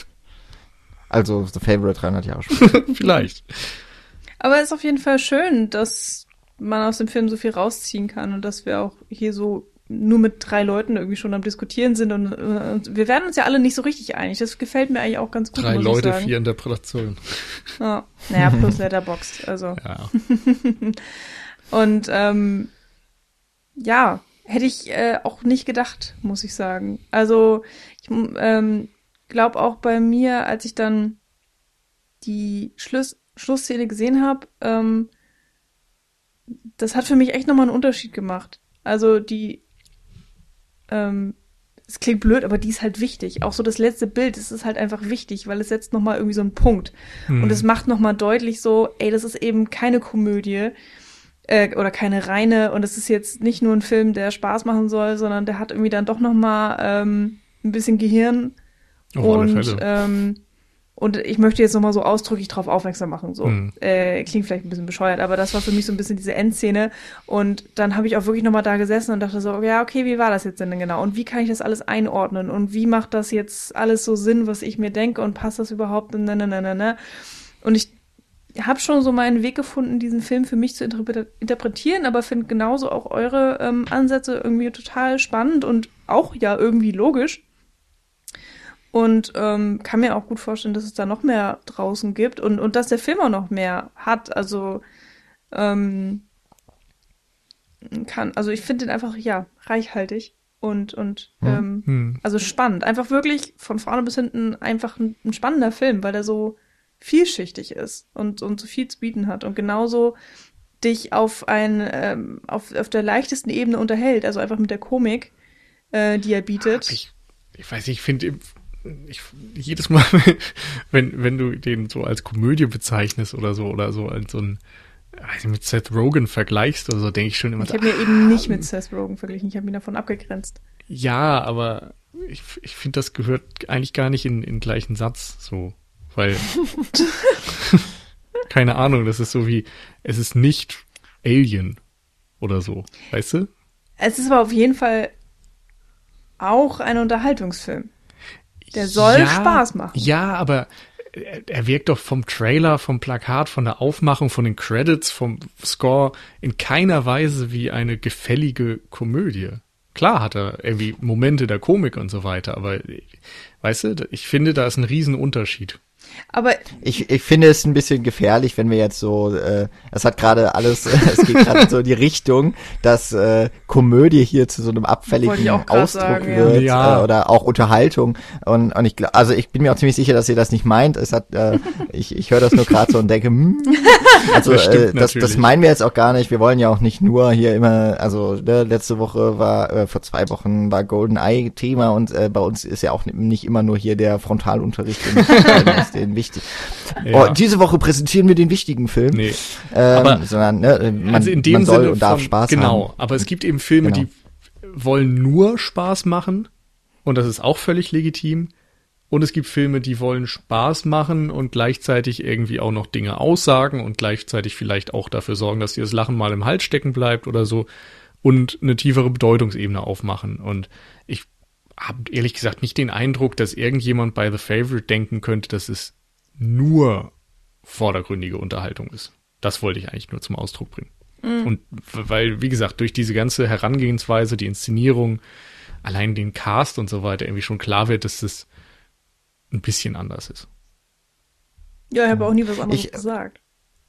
Also The Favorite dreihundert Jahre später. Vielleicht. Aber es ist auf jeden Fall schön, dass man aus dem Film so viel rausziehen kann und dass wir auch hier so nur mit drei Leuten irgendwie schon am Diskutieren sind und, und wir werden uns ja alle nicht so richtig einig. Das gefällt mir eigentlich auch ganz gut, Drei muss Leute, ich sagen. vier Interpretationen. Ja. Naja, plus Letterboxd, also. Ja. Und ähm, ja, hätte ich äh, auch nicht gedacht, muss ich sagen. Also ich ähm, glaube auch bei mir, als ich dann die Schluss, Schlussszene gesehen habe, ähm, das hat für mich echt nochmal einen Unterschied gemacht. Also die Ähm, es klingt blöd, aber die ist halt wichtig. Auch so das letzte Bild, das ist halt einfach wichtig, weil es setzt nochmal irgendwie so einen Punkt. Hm. Und es macht nochmal deutlich so, ey, das ist eben keine Komödie äh, oder keine reine und es ist jetzt nicht nur ein Film, der Spaß machen soll, sondern der hat irgendwie dann doch nochmal ähm, ein bisschen Gehirn. Auf und alle Fälle. Ähm, Und ich möchte jetzt nochmal so ausdrücklich drauf aufmerksam machen. So hm. äh, klingt vielleicht ein bisschen bescheuert, aber das war für mich so ein bisschen diese Endszene. Und dann habe ich auch wirklich nochmal da gesessen und dachte so, ja, okay, wie war das jetzt denn genau? Und wie kann ich das alles einordnen? Und wie macht das jetzt alles so Sinn, was ich mir denke? Und passt das überhaupt? Ne, ne, ne, ne, ne. Und ich habe schon so meinen Weg gefunden, diesen Film für mich zu interpre- interpretieren, aber finde genauso auch eure ähm, Ansätze irgendwie total spannend und auch ja irgendwie logisch. Und ähm, kann mir auch gut vorstellen, dass es da noch mehr draußen gibt und, und dass der Film auch noch mehr hat. Also ähm, kann, also ich finde den einfach, ja, reichhaltig und, und ähm, hm. also spannend. Einfach wirklich von vorne bis hinten einfach ein, ein spannender Film, weil der so vielschichtig ist und, und so viel zu bieten hat und genauso dich auf ein ähm, auf, auf der leichtesten Ebene unterhält, also einfach mit der Komik, äh, die er bietet. Ich, ich weiß nicht, ich finde ich, jedes Mal, wenn, wenn du den so als Komödie bezeichnest oder so, oder so als so ein, weiß nicht, mit Seth Rogen vergleichst oder so, denke ich schon immer ich so. Ich habe mir eben nicht mit Seth Rogen verglichen, ich habe ihn davon abgegrenzt. Ja, aber ich, ich finde, das gehört eigentlich gar nicht in, in den gleichen Satz, so, weil, keine Ahnung, das ist so wie, es ist nicht Alien oder so, weißt du? Es ist aber auf jeden Fall auch ein Unterhaltungsfilm. Der soll ja, Spaß machen. Ja, aber er, er wirkt doch vom Trailer, vom Plakat, von der Aufmachung, von den Credits, vom Score in keiner Weise wie eine gefällige Komödie. Klar hat er irgendwie Momente der Komik und so weiter, aber weißt du, ich finde, da ist ein Riesenunterschied. Aber ich, ich finde es ein bisschen gefährlich, wenn wir jetzt so, äh, es hat gerade alles, äh, es geht gerade so in die Richtung, dass äh, Komödie hier zu so einem abfälligen Ausdruck sagen, wird ja. äh, oder auch Unterhaltung und und ich glaube, also ich bin mir auch ziemlich sicher, dass ihr das nicht meint. Es hat, äh, ich ich höre das nur gerade so und denke, hm, also das, äh, das das meinen wir jetzt auch gar nicht. Wir wollen ja auch nicht nur hier immer, also ne, letzte Woche war, äh, vor zwei Wochen war GoldenEye Thema und äh, bei uns ist ja auch nicht immer nur hier der Frontalunterricht in den wichtig. Ja. Oh, diese Woche präsentieren wir den wichtigen Film. Nee. Ähm, aber, sondern ne, man, also in dem man soll Sinne und darf von, Spaß genau, haben. Genau, aber es gibt eben Filme, genau. die wollen nur Spaß machen und das ist auch völlig legitim. Und es gibt Filme, die wollen Spaß machen und gleichzeitig irgendwie auch noch Dinge aussagen und gleichzeitig vielleicht auch dafür sorgen, dass dir das Lachen mal im Hals stecken bleibt oder so und eine tiefere Bedeutungsebene aufmachen. Und ich habe ehrlich gesagt nicht den Eindruck, dass irgendjemand bei The Favorite denken könnte, dass es nur vordergründige Unterhaltung ist. Das wollte ich eigentlich nur zum Ausdruck bringen. Mhm. Und weil, wie gesagt, durch diese ganze Herangehensweise, die Inszenierung, allein den Cast und so weiter irgendwie schon klar wird, dass das ein bisschen anders ist. Ja, ich habe auch nie was anderes Ich- gesagt.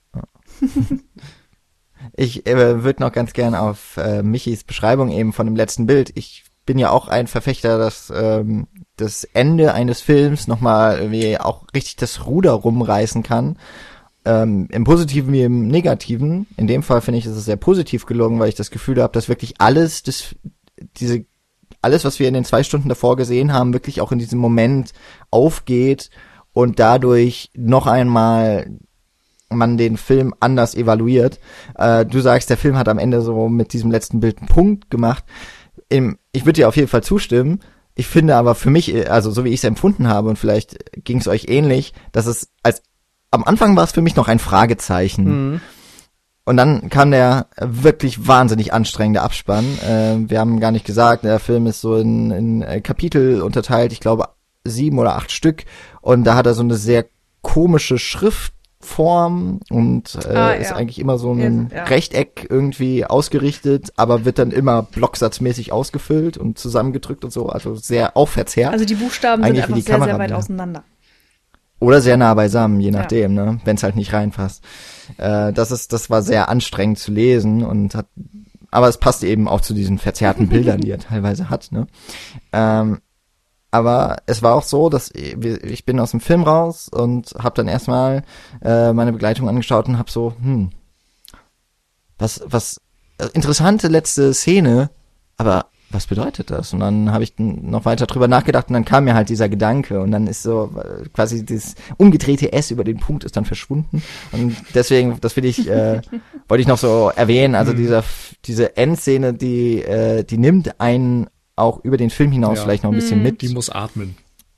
Ich äh, würde noch ganz gern auf äh, Michis Beschreibung eben von dem letzten Bild. Ich bin ja auch ein Verfechter, dass ähm, das Ende eines Films nochmal irgendwie auch richtig das Ruder rumreißen kann. Ähm, im Positiven wie im Negativen. In dem Fall finde ich, ist es sehr positiv gelungen, weil ich das Gefühl habe, dass wirklich alles, das, diese, alles, was wir in den zwei Stunden davor gesehen haben, wirklich auch in diesem Moment aufgeht und dadurch noch einmal man den Film anders evaluiert. Äh, du sagst, der Film hat am Ende so mit diesem letzten Bild einen Punkt gemacht. Im, ich würde dir auf jeden Fall zustimmen. Ich finde aber für mich, also so wie ich es empfunden habe, und vielleicht ging es euch ähnlich, dass es als am Anfang war es für mich noch ein Fragezeichen. Mhm. Und dann kam der wirklich wahnsinnig anstrengende Abspann. Äh, wir haben gar nicht gesagt, der Film ist so in, in Kapitel unterteilt, ich glaube sieben oder acht Stück. Und da hat er so eine sehr komische Schriftform und äh, Ah, ist ja. eigentlich immer so ein Ja, ja. Rechteck irgendwie ausgerichtet, aber wird dann immer blocksatzmäßig ausgefüllt und zusammengedrückt und so, also sehr aufverzerrt. Also die Buchstaben Eigentlich sind wie einfach die sehr, sehr weit Kamerabilder. auseinander. Oder sehr nah beisammen, je nachdem, ne, wenn es halt nicht reinpasst. Äh, das ist, das war sehr anstrengend zu lesen und hat, aber es passt eben auch zu diesen verzerrten Bildern, die er teilweise hat, ne. Ähm, aber es war auch so, dass wir, ich bin aus dem Film raus und habe dann erstmal äh, meine Begleitung angeschaut und habe so, hm, was, was äh, interessante letzte Szene, aber was bedeutet das? Und dann habe ich noch weiter drüber nachgedacht und dann kam mir halt dieser Gedanke und dann ist so äh, quasi das umgedrehte S über den Punkt ist dann verschwunden und deswegen, das will ich, äh, wollte ich noch so erwähnen, also dieser, diese Endszene, die, äh, die nimmt einen auch über den Film hinaus Ja. vielleicht noch ein bisschen Mhm. mit. Die muss atmen.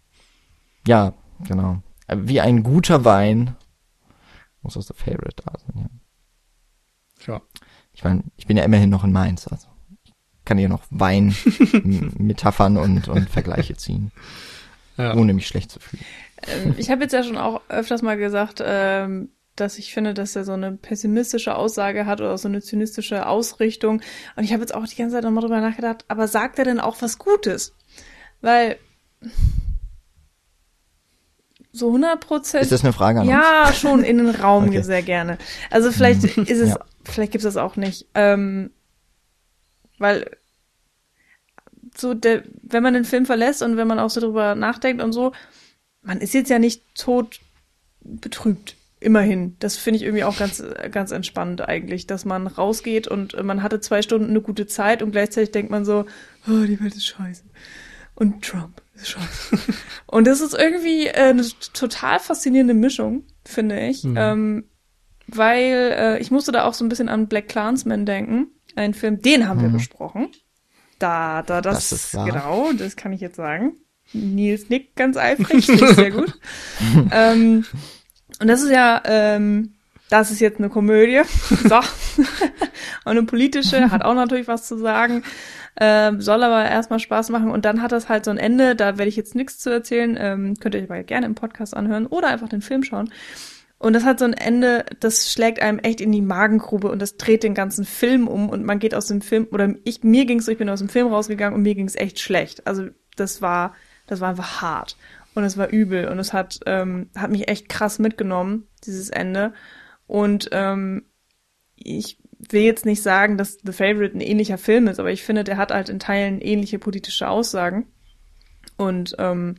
Ja, genau. Wie ein guter Wein muss aus der Favorite da sein, ja. Ja. Ich meine, ich bin ja immerhin noch in Mainz, also ich kann hier noch Wein-Metaphern und, und Vergleiche ziehen, Ja. ohne mich schlecht zu fühlen. Ähm, ich habe jetzt ja schon auch öfters mal gesagt, ähm, dass ich finde, dass er so eine pessimistische Aussage hat oder so eine zynistische Ausrichtung. Und ich habe jetzt auch die ganze Zeit nochmal drüber nachgedacht, aber sagt er denn auch was Gutes? Weil so hundert Prozent... Ist das eine Frage an uns? Ja, schon in den Raum Okay. sehr gerne. Also vielleicht ist es, Ja. vielleicht gibt es das auch nicht. Ähm, weil so der, wenn man den Film verlässt und wenn man auch so drüber nachdenkt und so, man ist jetzt ja nicht tot betrübt. Immerhin. Das finde ich irgendwie auch ganz, ganz entspannend eigentlich, dass man rausgeht und man hatte zwei Stunden eine gute Zeit und gleichzeitig denkt man so, oh, die Welt ist scheiße. Und Trump ist scheiße. Und das ist irgendwie äh, eine total faszinierende Mischung, finde ich. Mhm. Ähm, weil äh, ich musste da auch so ein bisschen an Black Klansman denken. Ein Film, den haben wir Mhm. besprochen. Da, da, das, Das ist wahr. genau, das kann ich jetzt sagen. Nils nickt ganz eifrig, finde ich sehr gut. ähm, und das ist ja, ähm, das ist jetzt eine Komödie. So. Und eine politische, hat auch natürlich was zu sagen. Ähm, soll aber erstmal Spaß machen. Und dann hat das halt so ein Ende, da werde ich jetzt nichts zu erzählen. Ähm, könnt ihr euch aber gerne im Podcast anhören oder einfach den Film schauen. Und das hat so ein Ende, das schlägt einem echt in die Magengrube und das dreht den ganzen Film um und man geht aus dem Film, oder ich, mir ging's so, ich bin aus dem Film rausgegangen und mir ging's echt schlecht. Also das war, das war einfach hart und es war übel und es hat, ähm, hat mich echt krass mitgenommen, dieses Ende. Und ähm, ich will jetzt nicht sagen, dass The Favourite ein ähnlicher Film ist, aber ich finde, der hat halt in Teilen ähnliche politische Aussagen und ähm,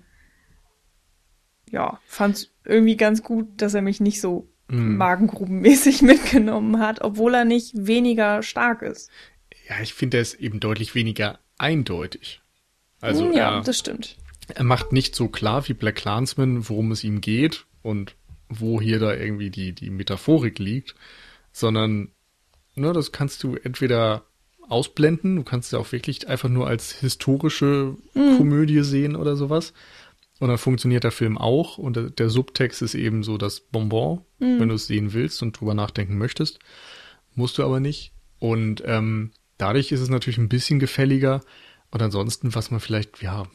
ja, fand's irgendwie ganz gut, dass er mich nicht so Mhm. magengrubenmäßig mitgenommen hat, obwohl er nicht weniger stark ist. Ja, ich finde, er ist eben deutlich weniger eindeutig. Also ja, er, das stimmt. er macht nicht so klar wie Black Klansman, worum es ihm geht und wo hier da irgendwie die, die Metaphorik liegt, sondern ne, das kannst du entweder ausblenden, du kannst ja auch wirklich einfach nur als historische Mhm. Komödie sehen oder sowas. Und dann funktioniert der Film auch und der, der Subtext ist eben so das Bonbon, Mhm. wenn du es sehen willst und drüber nachdenken möchtest. Musst du aber nicht. Und ähm, dadurch ist es natürlich ein bisschen gefälliger. Und ansonsten, was man vielleicht, ja,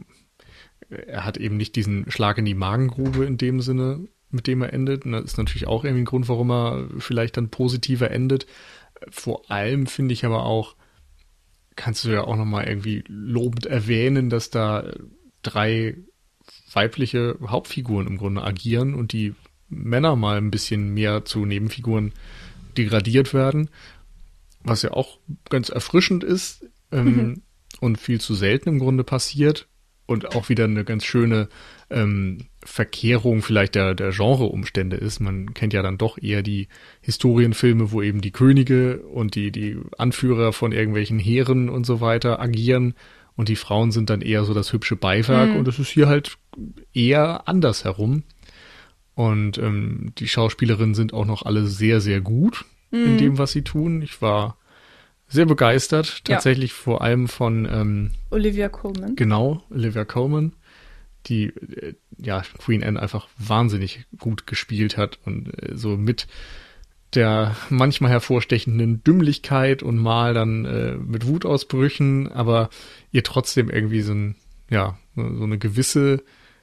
er hat eben nicht diesen Schlag in die Magengrube in dem Sinne, mit dem er endet. Und das ist natürlich auch irgendwie ein Grund, warum er vielleicht dann positiver endet. Vor allem finde ich aber auch, kannst du ja auch nochmal irgendwie lobend erwähnen, dass da drei weibliche Hauptfiguren im Grunde agieren und die Männer mal ein bisschen mehr zu Nebenfiguren degradiert werden, was ja auch ganz erfrischend ist ähm, mhm. und viel zu selten im Grunde passiert und auch wieder eine ganz schöne ähm, Verkehrung vielleicht der, der Genreumstände ist. Man kennt ja dann doch eher die Historienfilme, wo eben die Könige und die, die Anführer von irgendwelchen Heeren und so weiter agieren und die Frauen sind dann eher so das hübsche Beiwerk mhm. und es ist hier halt eher andersherum. Und ähm, die Schauspielerinnen sind auch noch alle sehr, sehr gut mhm. in dem, was sie tun. Ich war sehr begeistert, tatsächlich ja. vor allem von ähm, Olivia Colman. Genau, Olivia Colman, die äh, ja Queen Anne einfach wahnsinnig gut gespielt hat und äh, so mit der manchmal hervorstechenden Dümmlichkeit und mal dann äh, mit Wutausbrüchen, aber ihr trotzdem irgendwie so ein, ja, so eine gewisse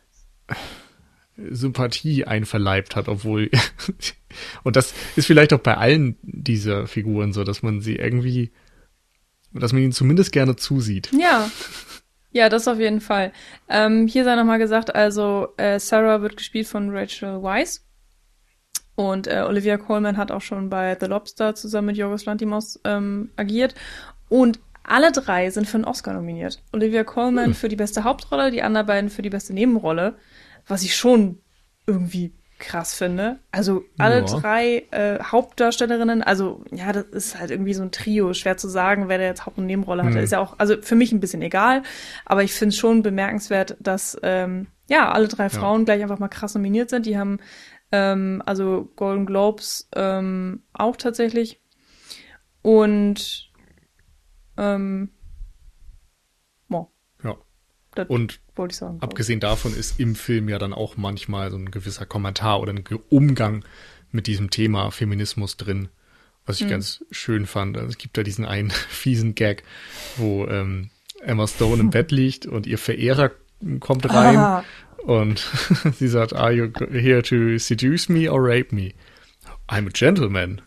Sympathie einverleibt hat, obwohl und das ist vielleicht auch bei allen dieser Figuren so, dass man sie irgendwie, dass man ihnen zumindest gerne zusieht. Ja, ja, das auf jeden Fall. Ähm, hier sei nochmal gesagt, also äh, Sarah wird gespielt von Rachel Weisz und äh, Olivia Colman hat auch schon bei The Lobster zusammen mit Yorgos Lanthimos ähm, agiert und alle drei sind für einen Oscar nominiert. Olivia Colman hm. für die beste Hauptrolle, die anderen beiden für die beste Nebenrolle. Was ich schon irgendwie krass finde. Also alle ja. drei äh, Hauptdarstellerinnen, also ja, das ist halt irgendwie so ein Trio. Schwer zu sagen, wer da jetzt Haupt- und Nebenrolle hatte. Hm. Ist ja auch, also für mich ein bisschen egal. Aber ich finde es schon bemerkenswert, dass ähm, ja alle drei Frauen ja. gleich einfach mal krass nominiert sind. Die haben ähm, also Golden Globes ähm, auch tatsächlich. Und ähm, boah. Ja. Das und wollte ich sagen. Abgesehen davon ist im Film ja dann auch manchmal so ein gewisser Kommentar oder ein Umgang mit diesem Thema Feminismus drin, was ich mhm. ganz schön fand. Also es gibt da diesen einen fiesen Gag, wo ähm, Emma Stone im Bett liegt und ihr Verehrer kommt rein ah. und sie sagt, are you here to seduce me or rape me? I'm a gentleman.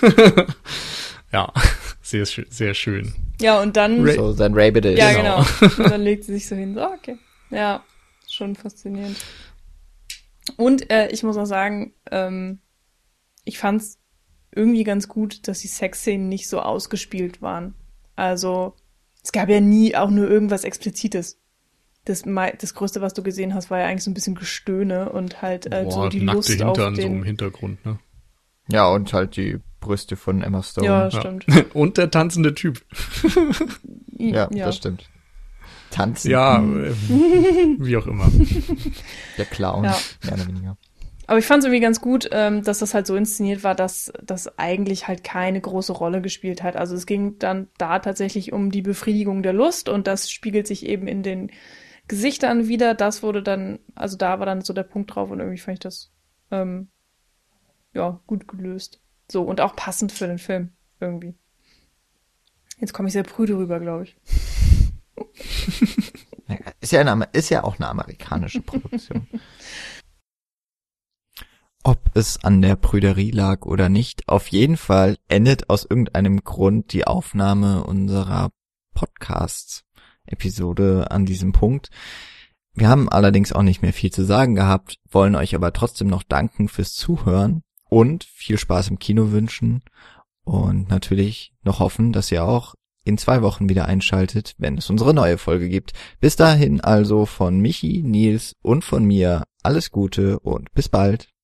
Ja, sehr, sehr schön. Ja, und dann... Ra- so, dann rape it is. Ja, genau. genau. Und dann legt sie sich so hin. So, okay. Ja, schon faszinierend. Und äh, ich muss auch sagen, ähm, ich fand's irgendwie ganz gut, dass die Sexszenen nicht so ausgespielt waren. Also, es gab ja nie auch nur irgendwas Explizites. Das, das Größte, was du gesehen hast, war ja eigentlich so ein bisschen Gestöhne und halt äh, Boah, so die nackte Lust Hintern auf den... so im Hintergrund, ne? Ja, und halt die Brüste von Emma Stone. Ja, stimmt. Ja. Und der tanzende Typ. ja, ja, das stimmt. Tanzen. Ja, äh, wie auch immer. Der Clown, ja. mehr oder weniger. Aber ich fand es irgendwie ganz gut, ähm, dass das halt so inszeniert war, dass das eigentlich halt keine große Rolle gespielt hat. Also es ging dann da tatsächlich um die Befriedigung der Lust und das spiegelt sich eben in den Gesichtern wieder. Das wurde dann, also da war dann so der Punkt drauf und irgendwie fand ich das ähm, ja gut gelöst. So, und auch passend für den Film, irgendwie. Jetzt komme ich sehr prüde rüber, glaube ich. Ist ja, eine, ist ja auch eine amerikanische Produktion. Ob es an der Prüderie lag oder nicht, auf jeden Fall endet aus irgendeinem Grund die Aufnahme unserer Podcast-Episode an diesem Punkt. Wir haben allerdings auch nicht mehr viel zu sagen gehabt, wollen euch aber trotzdem noch danken fürs Zuhören. Und viel Spaß im Kino wünschen und natürlich noch hoffen, dass ihr auch in zwei Wochen wieder einschaltet, wenn es unsere neue Folge gibt. Bis dahin also von Michi, Nils und von mir alles Gute und bis bald.